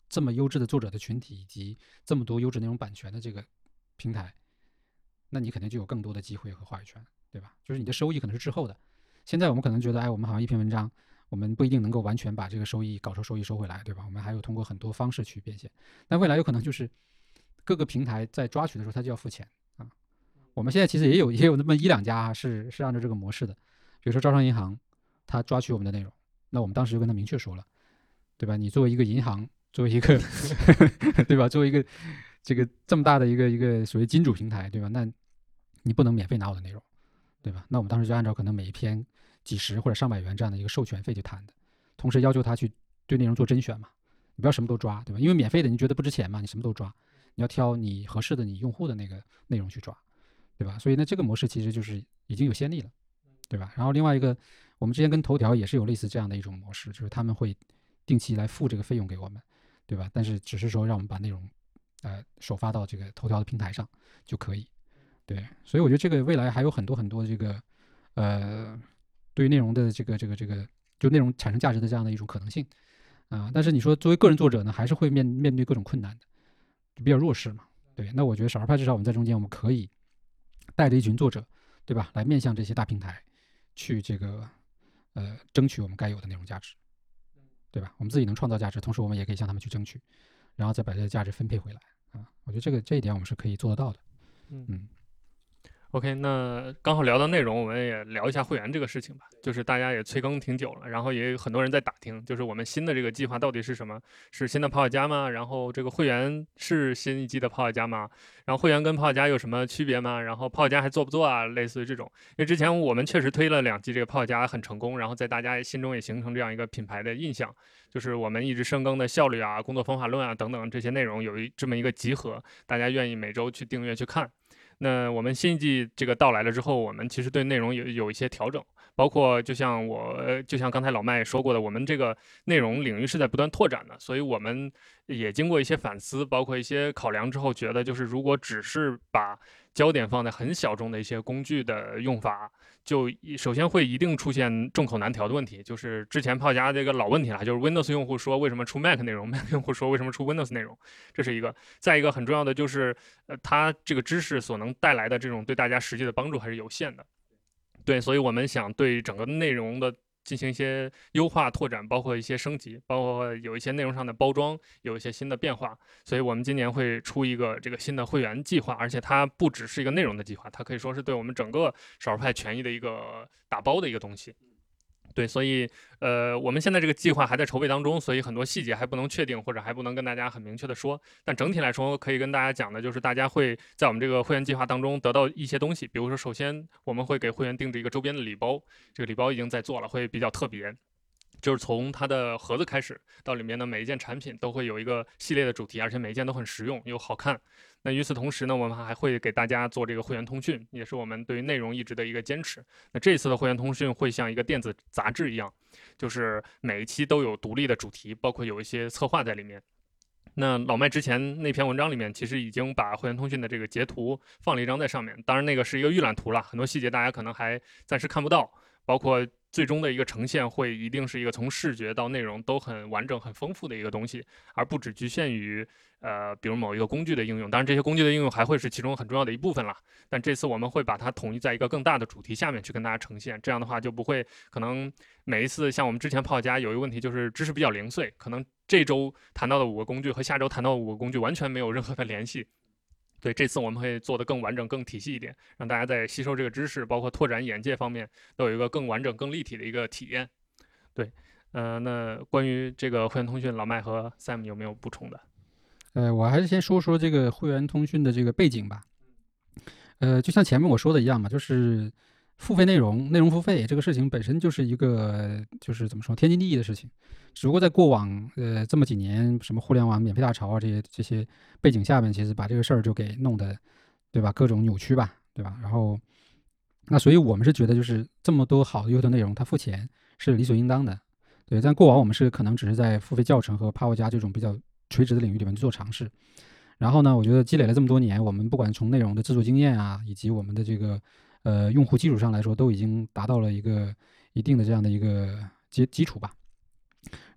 这么优质的作者的群体以及这么多优质内容版权的这个平台，那你肯定就有更多的机会和话语权，对吧？就是你的收益可能是滞后的。现在我们可能觉得，哎，我们好像一篇文章，我们不一定能够完全把这个收益稿酬收益收回来，对吧？我们还有通过很多方式去变现。但未来有可能就是各个平台在抓取的时候，它就要付钱啊。我们现在其实也有也有那么一两家是是按照这个模式的，比如说招商银行，它抓取我们的内容，那我们当时就跟他明确说了，对吧？你作为一个银行，作为一个对吧？作为一个这个这么大的一个一个所谓金主平台，对吧？那你不能免费拿我的内容，对吧？那我们当时就按照可能每一篇几十或者上百元这样的一个授权费去谈的，同时要求他去对内容做甄选嘛，你不要什么都抓，对吧？因为免费的你觉得不值钱嘛，你什么都抓，你要挑你合适的你用户的那个内容去抓，对吧？所以呢，这个模式其实就是已经有先例了，对吧？然后另外一个，我们之前跟头条也是有类似这样的一种模式，就是他们会定期来付这个费用给我们，对吧？但是只是说让我们把内容呃首发到这个头条的平台上就可以。对，所以我觉得这个未来还有很多很多这个，呃，对于内容的这个这个这个，就内容产生价值的这样的一种可能性啊、呃。但是你说作为个人作者呢，还是会面面对各种困难的，就比较弱势嘛。对，那我觉得少儿派至少我们在中间，我们可以带着一群作者，对吧，来面向这些大平台，去这个呃争取我们该有的内容价值，对吧？我们自己能创造价值，同时我们也可以向他们去争取，然后再把这个价值分配回来啊。我觉得这个这一点我们是可以做得到的。 嗯嗯。 OK，那刚好聊到内容，我们也聊一下会员这个事情吧。就是大家也催更挺久了，然后也有很多人在打听，就是我们新的这个计划到底是什么？是新的泡泡加吗？然后这个会员是新一季的泡泡加吗？然后会员跟泡泡加有什么区别吗？然后泡泡加还做不做啊？类似于这种，因为之前我们确实推了两季这个泡泡加很成功，然后在大家心中也形成这样一个品牌的印象，就是我们一直深耕的效率啊、工作方法论啊等等这些内容有一这么一个集合，大家愿意每周去订阅去看。那我们新一季这个到来了之后，我们其实对内容有有一些调整，包括就像我就像刚才老麦说过的，我们这个内容领域是在不断拓展的，所以我们也经过一些反思，包括一些考量之后，觉得就是如果只是把焦点放在很小众的一些工具的用法，就首先会一定出现众口难调的问题，就是之前泡加这个老问题了，就是 Windows 用户说为什么出 Mac 内容 ，Mac 用户说为什么出 Windows 内容，这是一个。再一个很重要的就是，呃，它这个知识所能带来的这种对大家实际的帮助还是有限的。对，所以我们想对整个内容的进行一些优化拓展，包括一些升级，包括有一些内容上的包装，有一些新的变化。所以我们今年会出一个这个新的会员计划，而且它不只是一个内容的计划，它可以说是对我们整个少儿派权益的一个打包的一个东西。对，所以呃，我们现在这个计划还在筹备当中，所以很多细节还不能确定，或者还不能跟大家很明确的说。但整体来说，可以跟大家讲的就是，大家会在我们这个会员计划当中得到一些东西，比如说，首先我们会给会员定制一个周边的礼包，这个礼包已经在做了，会比较特别。就是从它的盒子开始，到里面的每一件产品都会有一个系列的主题，而且每一件都很实用又好看。那与此同时呢，我们还会给大家做这个会员通讯，也是我们对于内容一直的一个坚持。那这次的会员通讯会像一个电子杂志一样，就是每一期都有独立的主题，包括有一些策划在里面。那老麦之前那篇文章里面，其实已经把会员通讯的这个截图放了一张在上面，当然那个是一个预览图了，很多细节大家可能还暂时看不到，包括最终的一个呈现会一定是一个从视觉到内容都很完整、很丰富的一个东西，而不只局限于呃，比如某一个工具的应用。当然，这些工具的应用还会是其中很重要的一部分啦。但这次我们会把它统一在一个更大的主题下面去跟大家呈现，这样的话就不会可能每一次像我们之前泡家有一个问题，就是知识比较零碎，可能这周谈到的五个工具和下周谈到的五个工具完全没有任何的联系。对，这次我们会做得更完整、更体系一点，让大家在吸收这个知识，包括拓展眼界方面，都有一个更完整、更立体的一个体验。对，呃，那关于这个会员通讯，老麦和 Sam 有没有补充的？ 呃，我还是先说说这个会员通讯的这个背景吧。呃，就像前面我说的一样嘛，就是付费内容、内容付费这个事情本身就是一个就是怎么说天经地义的事情。只不过在过往呃这么几年，什么互联网免费大潮啊这些这些背景下面，其实把这个事儿就给弄得，对吧？各种扭曲吧，对吧？然后，那所以我们是觉得就是这么多好的优秀内容，它付钱是理所应当的，对。但过往我们是可能只是在付费教程和 Power 加这种比较垂直的领域里面去做尝试。然后呢，我觉得积累了这么多年，我们不管从内容的制作经验啊，以及我们的这个呃用户基础上来说，都已经达到了一个一定的这样的一个基基础吧。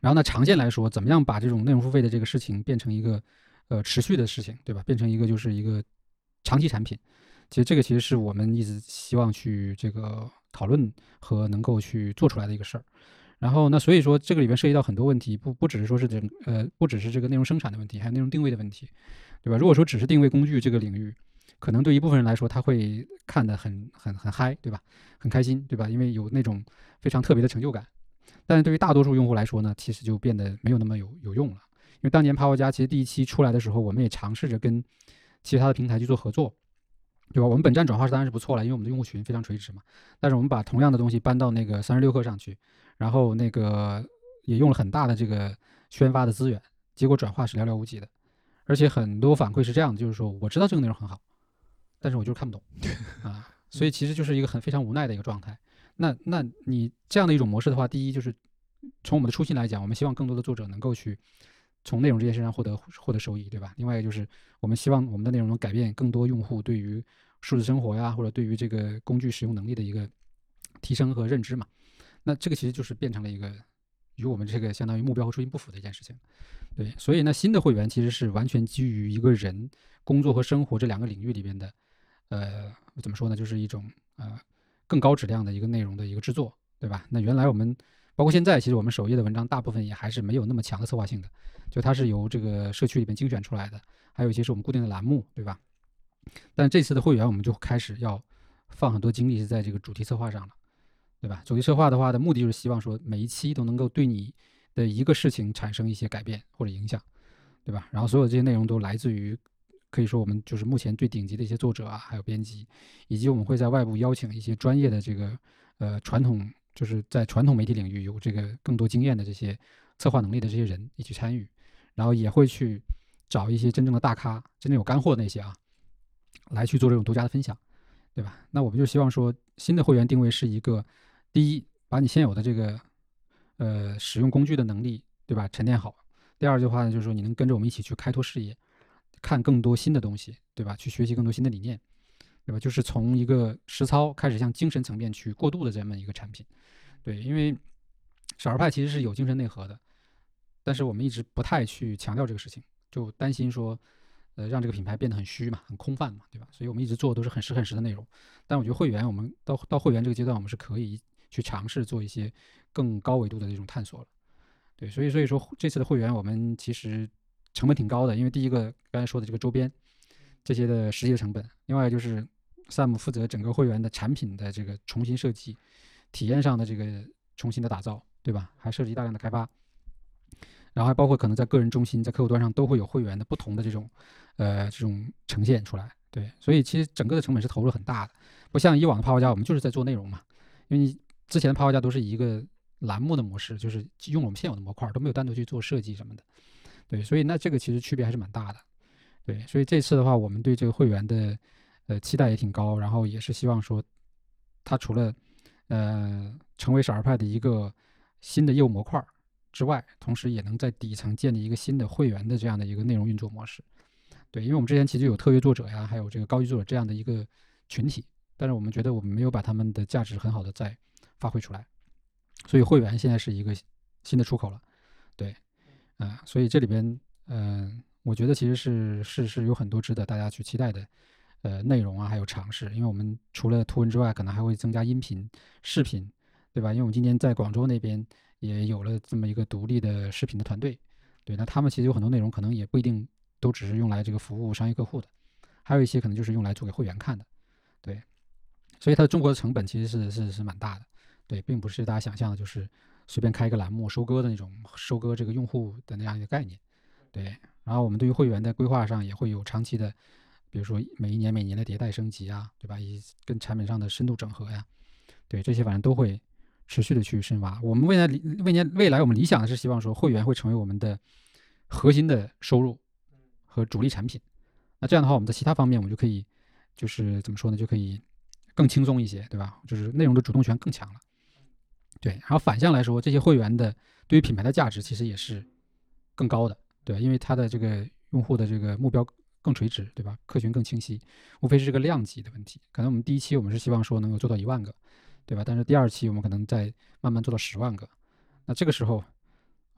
然后呢，长线来说，怎么样把这种内容付费的这个事情变成一个呃持续的事情，对吧？变成一个就是一个长期产品。其实这个其实是我们一直希望去这个讨论和能够去做出来的一个事儿。然后那所以说这个里面涉及到很多问题，不不只是说是整呃不只是这个内容生产的问题，还有内容定位的问题，对吧？如果说只是定位工具这个领域，可能对一部分人来说他会看得很很很嗨，对吧？很开心，对吧？因为有那种非常特别的成就感。但是对于大多数用户来说呢，其实就变得没有那么有有用了。因为当年啪啪家其实第一期出来的时候，我们也尝试着跟其他的平台去做合作，对吧？我们本站转化是当然是不错了，因为我们的用户群非常垂直嘛。但是我们把同样的东西搬到那个三十六氪上去，然后那个也用了很大的这个宣发的资源，结果转化是寥寥无几的。而且很多反馈是这样的，就是说我知道这个内容很好，但是我就是看不懂啊，所以其实就是一个很非常无奈的一个状态。那那你这样的一种模式的话，第一就是从我们的初心来讲，我们希望更多的作者能够去从内容这件事上获得获得收益，对吧？另外一个就是我们希望我们的内容能改变更多用户对于数字生活呀，或者对于这个工具使用能力的一个提升和认知嘛。那这个其实就是变成了一个与我们这个相当于目标和初心不符的一件事情。对，所以呢，新的会员其实是完全基于一个人工作和生活这两个领域里边的，呃，怎么说呢，就是一种呃更高质量的一个内容的一个制作，对吧？那原来我们包括现在，其实我们首页的文章大部分也还是没有那么强的策划性的，就它是由这个社区里面精选出来的，还有一些是我们固定的栏目，对吧？但这次的会员我们就开始要放很多精力是在这个主题策划上了，对吧？主题策划的话的目的就是希望说每一期都能够对你的一个事情产生一些改变或者影响，对吧？然后所有这些内容都来自于可以说我们就是目前最顶级的一些作者啊，还有编辑，以及我们会在外部邀请一些专业的这个呃传统就是在传统媒体领域有这个更多经验的这些策划能力的这些人一起参与，然后也会去找一些真正的大咖，真正有干货的那些啊，来去做这种独家的分享，对吧？那我们就希望说新的会员定位是一个，第一，把你现有的这个呃使用工具的能力，对吧，沉淀好；第二的话呢，就是说你能跟着我们一起去开拓视野，看更多新的东西，对吧？去学习更多新的理念，对吧？就是从一个实操开始向精神层面去过渡的这么一个产品。对，因为少儿派其实是有精神内核的，但是我们一直不太去强调这个事情，就担心说呃让这个品牌变得很虚嘛，很空泛嘛，对吧？所以我们一直做的都是很实很实的内容。但我觉得会员，我们到到会员这个阶段，我们是可以去尝试做一些更高维度的这种探索了。对，所以所以说这次的会员我们其实成本挺高的，因为第一个刚才说的这个周边这些的实际的成本，另外就是 Sam 负责整个会员的产品的这个重新设计，体验上的这个重新的打造，对吧？还涉及大量的开发，然后还包括可能在个人中心、在客户端上都会有会员的不同的这种呃这种呈现出来。对，所以其实整个的成本是投入很大的，不像以往的啪啪家，我们就是在做内容嘛，因为你之前的啪啪家都是以一个栏目的模式，就是用我们现有的模块，都没有单独去做设计什么的。对，所以那这个其实区别还是蛮大的。对，所以这次的话，我们对这个会员的呃期待也挺高，然后也是希望说，它除了呃成为少儿派的一个新的业务模块之外，同时也能在底层建立一个新的会员的这样的一个内容运作模式。对，因为我们之前其实有特约作者呀，还有这个高级作者这样的一个群体，但是我们觉得我们没有把他们的价值很好的再发挥出来，所以会员现在是一个新的出口了。对，啊、呃，所以这里边，嗯、呃，我觉得其实是是是有很多值得大家去期待的，呃，内容啊，还有尝试。因为我们除了图文之外，可能还会增加音频、视频，对吧？因为我们今年在广州那边也有了这么一个独立的视频的团队，对，那他们其实有很多内容可能也不一定都只是用来这个服务商业客户的，还有一些可能就是用来做给会员看的，对。所以它的中国的成本其实是是是蛮大的，对，并不是大家想象的，就是随便开一个栏目收割的那种收割这个用户的那样一个概念，对。然后我们对于会员的规划上也会有长期的，比如说每一年每年的迭代升级啊，对吧？以跟产品上的深度整合呀，对，这些反正都会持续的去深挖。我们未来未来未来我们理想的是希望说会员会成为我们的核心的收入和主力产品。那这样的话，我们在其他方面我们就可以就是怎么说呢，就可以更轻松一些，对吧？就是内容的主动权更强了。对，然后反向来说，这些会员的对于品牌的价值其实也是更高的，对，因为它的这个用户的这个目标更垂直，对吧？客群更清晰，无非是这个量级的问题。可能我们第一期我们是希望说能够做到一万个，对吧？但是第二期我们可能再慢慢做到十万个。那这个时候，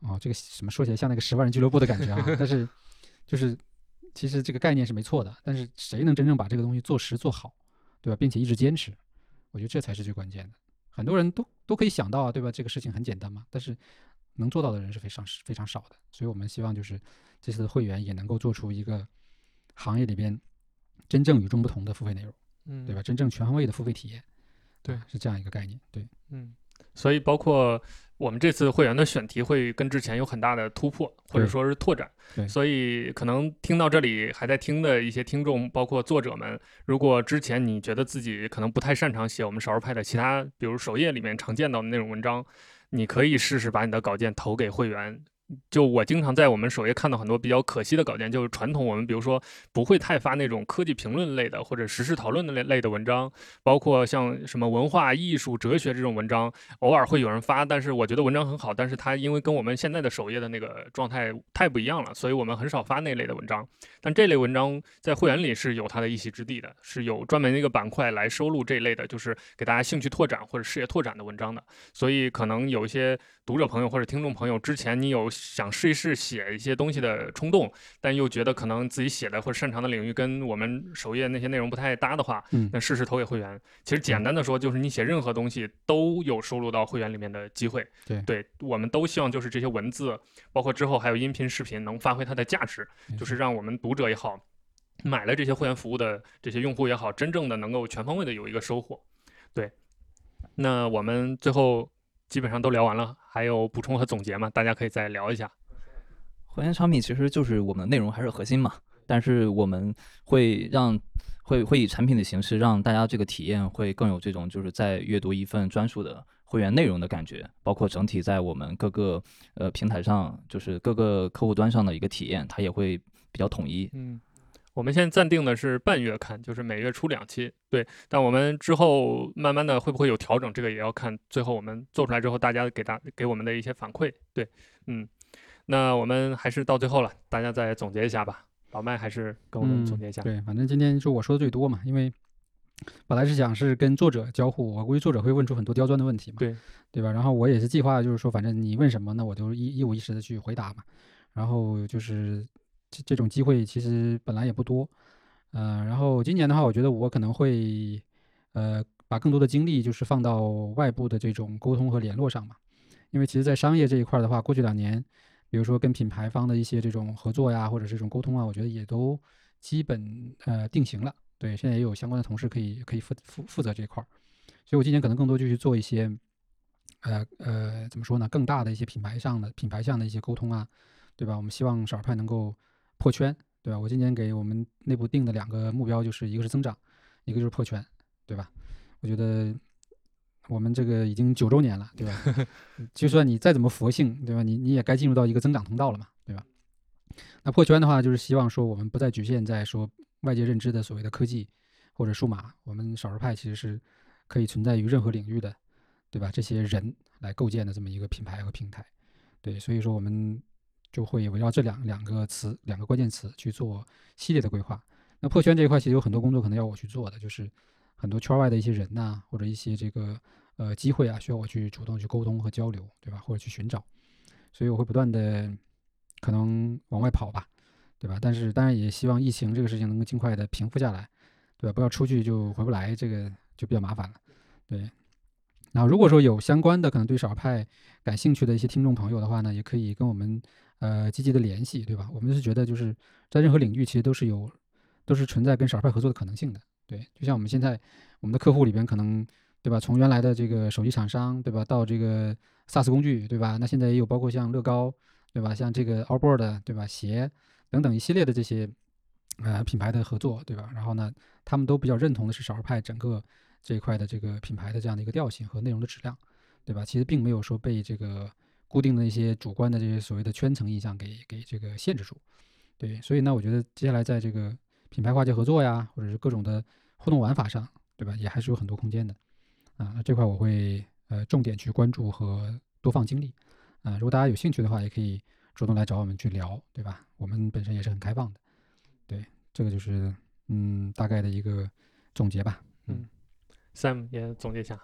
哦，这个什么说起来像那个十万人俱乐部的感觉啊，但是就是其实这个概念是没错的，但是谁能真正把这个东西做实做好，对吧，并且一直坚持，我觉得这才是最关键的。很多人都都可以想到啊，对吧？这个事情很简单嘛，但是能做到的人是非常非常少的。所以我们希望就是这次的会员也能够做出一个行业里边真正与众不同的付费内容， 嗯， 对吧？真正全方位的付费体验， 对， 是这样一个概念。对， 嗯，所以包括我们这次会员的选题会跟之前有很大的突破，或者说是拓展。 对， 所以可能听到这里还在听的一些听众，包括作者们，如果之前你觉得自己可能不太擅长写我们少数派的其他，比如首页里面常见到的那种文章，你可以试试把你的稿件投给会员。就我经常在我们首页看到很多比较可惜的稿件，就是传统我们比如说不会太发那种科技评论类的或者时事讨论的类类的文章，包括像什么文化艺术哲学这种文章，偶尔会有人发，但是我觉得文章很好，但是它因为跟我们现在的首页的那个状态太不一样了，所以我们很少发那类的文章。但这类文章在会员里是有它的一席之地的，是有专门的一个板块来收录这类的，就是给大家兴趣拓展或者视野拓展的文章的。所以可能有一些读者朋友或者听众朋友，之前你有想试一试写一些东西的冲动，但又觉得可能自己写的或者擅长的领域跟我们首页那些内容不太搭的话， 嗯， 那试试投给会员。其实简单的说，就是你写任何东西都有收录到会员里面的机会。 对， 对，我们都希望就是这些文字，包括之后还有音频、视频，能发挥它的价值，就是让我们读者也好，买了这些会员服务的这些用户也好，真正的能够全方位的有一个收获。对，那我们最后基本上都聊完了，还有补充和总结吗？大家可以再聊一下。 会员产品其实就是我们的内容还是核心嘛，但是我们会让会会以产品的形式让大家这个体验会更有这种就是在阅读一份专属的会员内容的感觉，包括整体在我们各个呃平台上，就是各个客户端上的一个体验，它也会比较统一。 嗯。我们现在暂定的是半月刊，就是每月出两期，对。但我们之后慢慢的会不会有调整，这个也要看最后我们做出来之后，大家给大给我们的一些反馈。对，嗯，那我们还是到最后了，大家再总结一下吧。老麦还是跟我们总结一下。 嗯、对，反正今天就我说的最多嘛，因为本来是想是跟作者交互，我估计作者会问出很多刁钻的问题嘛， 对， 对吧？然后我也是计划就是说，反正你问什么，那我就一一五一十的去回答嘛。然后就是这这种机会其实本来也不多。呃，然后今年的话，我觉得我可能会，呃，把更多的精力就是放到外部的这种沟通和联络上嘛，因为其实，在商业这一块的话，过去两年，比如说跟品牌方的一些这种合作呀，或者这种沟通啊，我觉得也都基本呃定型了。对，现在也有相关的同事可以可以负负负责这一块，所以我今年可能更多就去做一些，呃呃，怎么说呢，更大的一些品牌上的品牌上的一些沟通啊，对吧？我们希望少儿派能够破圈。对吧？我今年给我们内部定的两个目标，就是一个是增长，一个就是破圈，对吧？我觉得我们这个已经九周年了，对吧？就算你再怎么佛性，对吧？你你也该进入到一个增长通道了嘛，对吧？那破圈的话，就是希望说我们不再局限在说外界认知的所谓的科技或者数码，我们少数派其实是可以存在于任何领域的，对吧？这些人来构建的这么一个品牌和平台，对，所以说我们就会围绕这两两个词、两个关键词去做系列的规划。那破圈这一块其实有很多工作可能要我去做的，就是很多圈外的一些人呐、啊，或者一些这个呃机会啊，需要我去主动去沟通和交流，对吧？或者去寻找，所以我会不断的可能往外跑吧，对吧？但是当然也希望疫情这个事情能够尽快的平复下来，对吧？不要出去就回不来，这个就比较麻烦了，对。那如果说有相关的可能对少儿派感兴趣的一些听众朋友的话呢，也可以跟我们呃积极的联系，对吧？我们是觉得就是在任何领域其实都是有都是存在跟少儿派合作的可能性的，对。就像我们现在我们的客户里边可能对吧，从原来的这个手机厂商对吧，到这个 SaaS 工具对吧，那现在也有包括像乐高对吧，像这个 Outboard 对吧，鞋等等一系列的这些呃品牌的合作对吧？然后呢，他们都比较认同的是少儿派整个这一块的这个品牌的这样的一个调性和内容的质量，对吧？其实并没有说被这个固定的一些主观的这些所谓的圈层印象给给这个限制住，对。所以呢，我觉得接下来在这个品牌跨界合作呀，或者是各种的互动玩法上，对吧，也还是有很多空间的啊。那这块我会呃重点去关注和多放精力啊。如果大家有兴趣的话，也可以主动来找我们去聊，对吧？我们本身也是很开放的，对。这个就是嗯大概的一个总结吧，嗯。 Sam 也总结一下。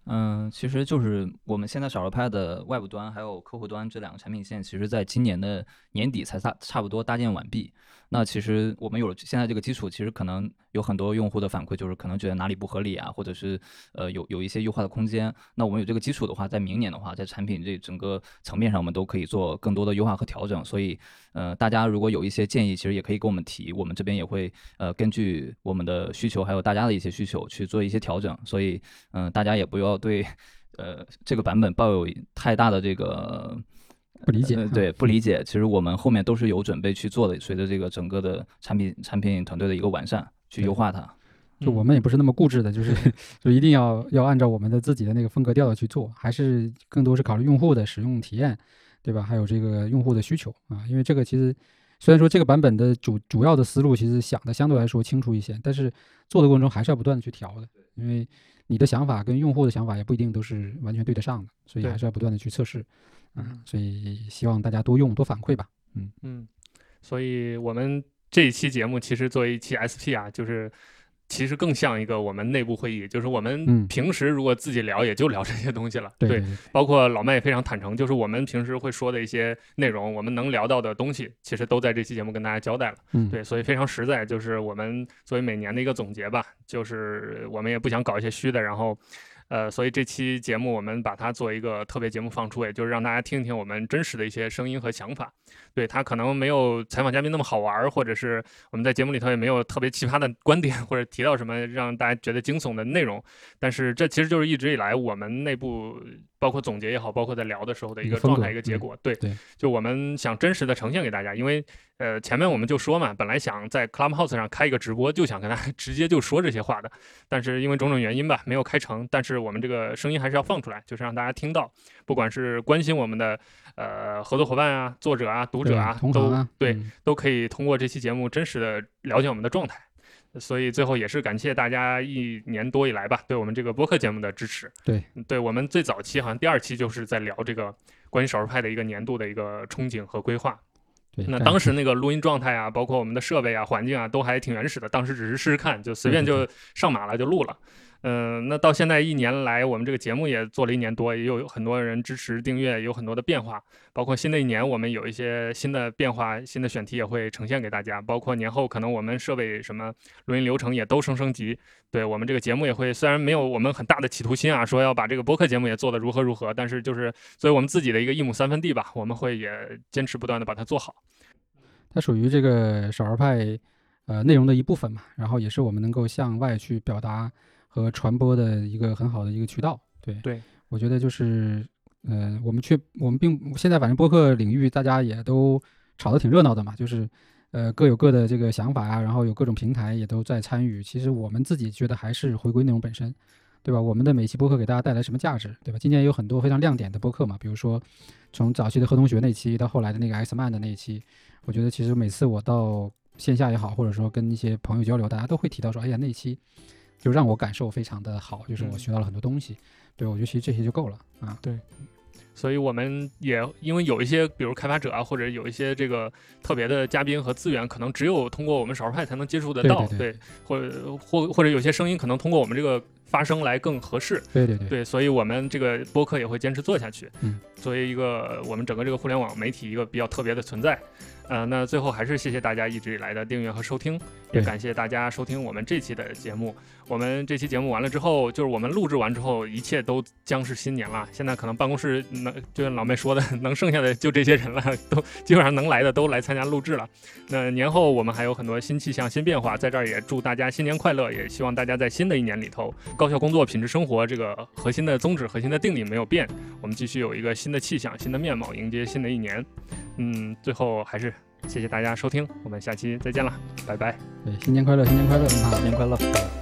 嗯，其实就是我们现在少儿派的外部端还有客户端这两个产品线，其实在今年的年底才差差不多搭建完毕。那其实我们有了现在这个基础，其实可能有很多用户的反馈就是可能觉得哪里不合理啊，或者是呃有有一些优化的空间。那我们有这个基础的话，在明年的话，在产品这整个层面上，我们都可以做更多的优化和调整。所以呃，大家如果有一些建议，其实也可以跟我们提，我们这边也会呃根据我们的需求还有大家的一些需求去做一些调整。所以嗯、呃，大家也不要对呃这个版本抱有太大的这个不理解、 呃，对，不理解。其实我们后面都是有准备去做的，随着这个整个的产品产品团队的一个完善，去优化它。 就我们也不是那么固执的，就是就一定要要按照我们的自己的那个风格调调去做，还是更多是考虑用户的使用体验，对吧？还有这个用户的需求啊，因为这个其实虽然说这个版本的主主要的思路其实想的相对来说清楚一些，但是做的过程中还是要不断的去调的，因为你的想法跟用户的想法也不一定都是完全对得上的，所以还是要不断的去测试。嗯，所以希望大家多用多反馈吧。嗯嗯，所以我们这一期节目其实作为一期 S P 啊，就是其实更像一个我们内部会议，就是我们平时如果自己聊也就聊这些东西了。 嗯、对, 对, 对， 包括老麦也非常坦诚，就是我们平时会说的一些内容，我们能聊到的东西，其实都在这期节目跟大家交代了。 嗯， 对，所以非常实在，就是我们作为每年的一个总结吧，就是我们也不想搞一些虚的，然后。呃，所以这期节目我们把它做一个特别节目放出，也就是让大家听听我们真实的一些声音和想法。对，它可能没有采访嘉宾那么好玩，或者是我们在节目里头也没有特别奇葩的观点，或者提到什么让大家觉得惊悚的内容。但是这其实就是一直以来我们内部包括总结也好，包括在聊的时候的一个状态、一个结果。 对对，就我们想真实的呈现给大家，因为呃前面我们就说嘛，本来想在 Clubhouse 上开一个直播，就想跟大家直接就说这些话的，但是因为种种原因吧，没有开成。但是我们这个声音还是要放出来，就是让大家听到，不管是关心我们的呃合作伙伴啊、作者啊、读者啊， 对都啊对、 嗯， 都可以通过这期节目真实的了解我们的状态。所以最后也是感谢大家一年多以来吧，对我们这个播客节目的支持。 对， 对我们最早期好像第二期就是在聊这个关于少数派的一个年度的一个憧憬和规划。 对， 那当时那个录音状态啊，包括我们的设备啊、环境啊，都还挺原始的。当时只是试试看，就随便就上马了，就录了。嗯、呃，那到现在一年来，我们这个节目也做了一年多，也有很多人支持订阅，有很多的变化。包括新的一年，我们有一些新的变化、新的选题也会呈现给大家。包括年后可能我们设备什么录音流程也都升升级。对我们这个节目也会，虽然没有我们很大的企图心啊，说要把这个播客节目也做得如何如何，但是就是作为我们自己的一个一亩三分地吧，我们会也坚持不断的把它做好。 它属于这个少儿派呃内容的一部分嘛，然后也是我们能够向外去表达和传播的一个很好的一个渠道。对对， 我觉得就是呃我们却我们并现在反正播客领域大家也都吵得挺热闹的嘛，就是呃各有各的这个想法啊，然后有各种平台也都在参与。其实我们自己觉得还是回归内容本身，对吧？我们的每期播客给大家带来什么价值，对吧？今年有很多非常亮点的播客嘛，比如说从早期的何同学那期到后来的那个 X Man 的那一期，我觉得其实每次我到线下也好，或者说跟一些朋友交流，大家都会提到说，哎呀，那一期就让我感受非常的好，就是我学到了很多东西。嗯、对，我觉得其实这些就够了啊。 对。所以我们也因为有一些比如开发者啊，或者有一些这个特别的嘉宾和资源，可能只有通过我们少数派才能接触得到。 对, 对, 对, 对，或者或或者有些声音可能通过我们这个发声来更合适。 对对对对，所以我们这个播客也会坚持做下去。 嗯， 作为一个我们整个这个互联网媒体一个比较特别的存在。呃，那最后还是谢谢大家一直以来的订阅和收听，也感谢大家收听我们这期的节目。我们这期节目完了之后，就是我们录制完之后，一切都将是新年了。现在可能办公室能，就像老妹说的，能剩下的就这些人了，都基本上能来的都来参加录制了。那年后我们还有很多新气象、新变化，在这儿也祝大家新年快乐，也希望大家在新的一年里头，高效工作、品质生活这个核心的宗旨、核心的定理没有变，我们继续有一个新的气象、新的面貌，迎接新的一年。嗯，最后还是谢谢大家收听，我们下期再见了，拜拜。 对，新年快乐，新年快乐， 新年快乐。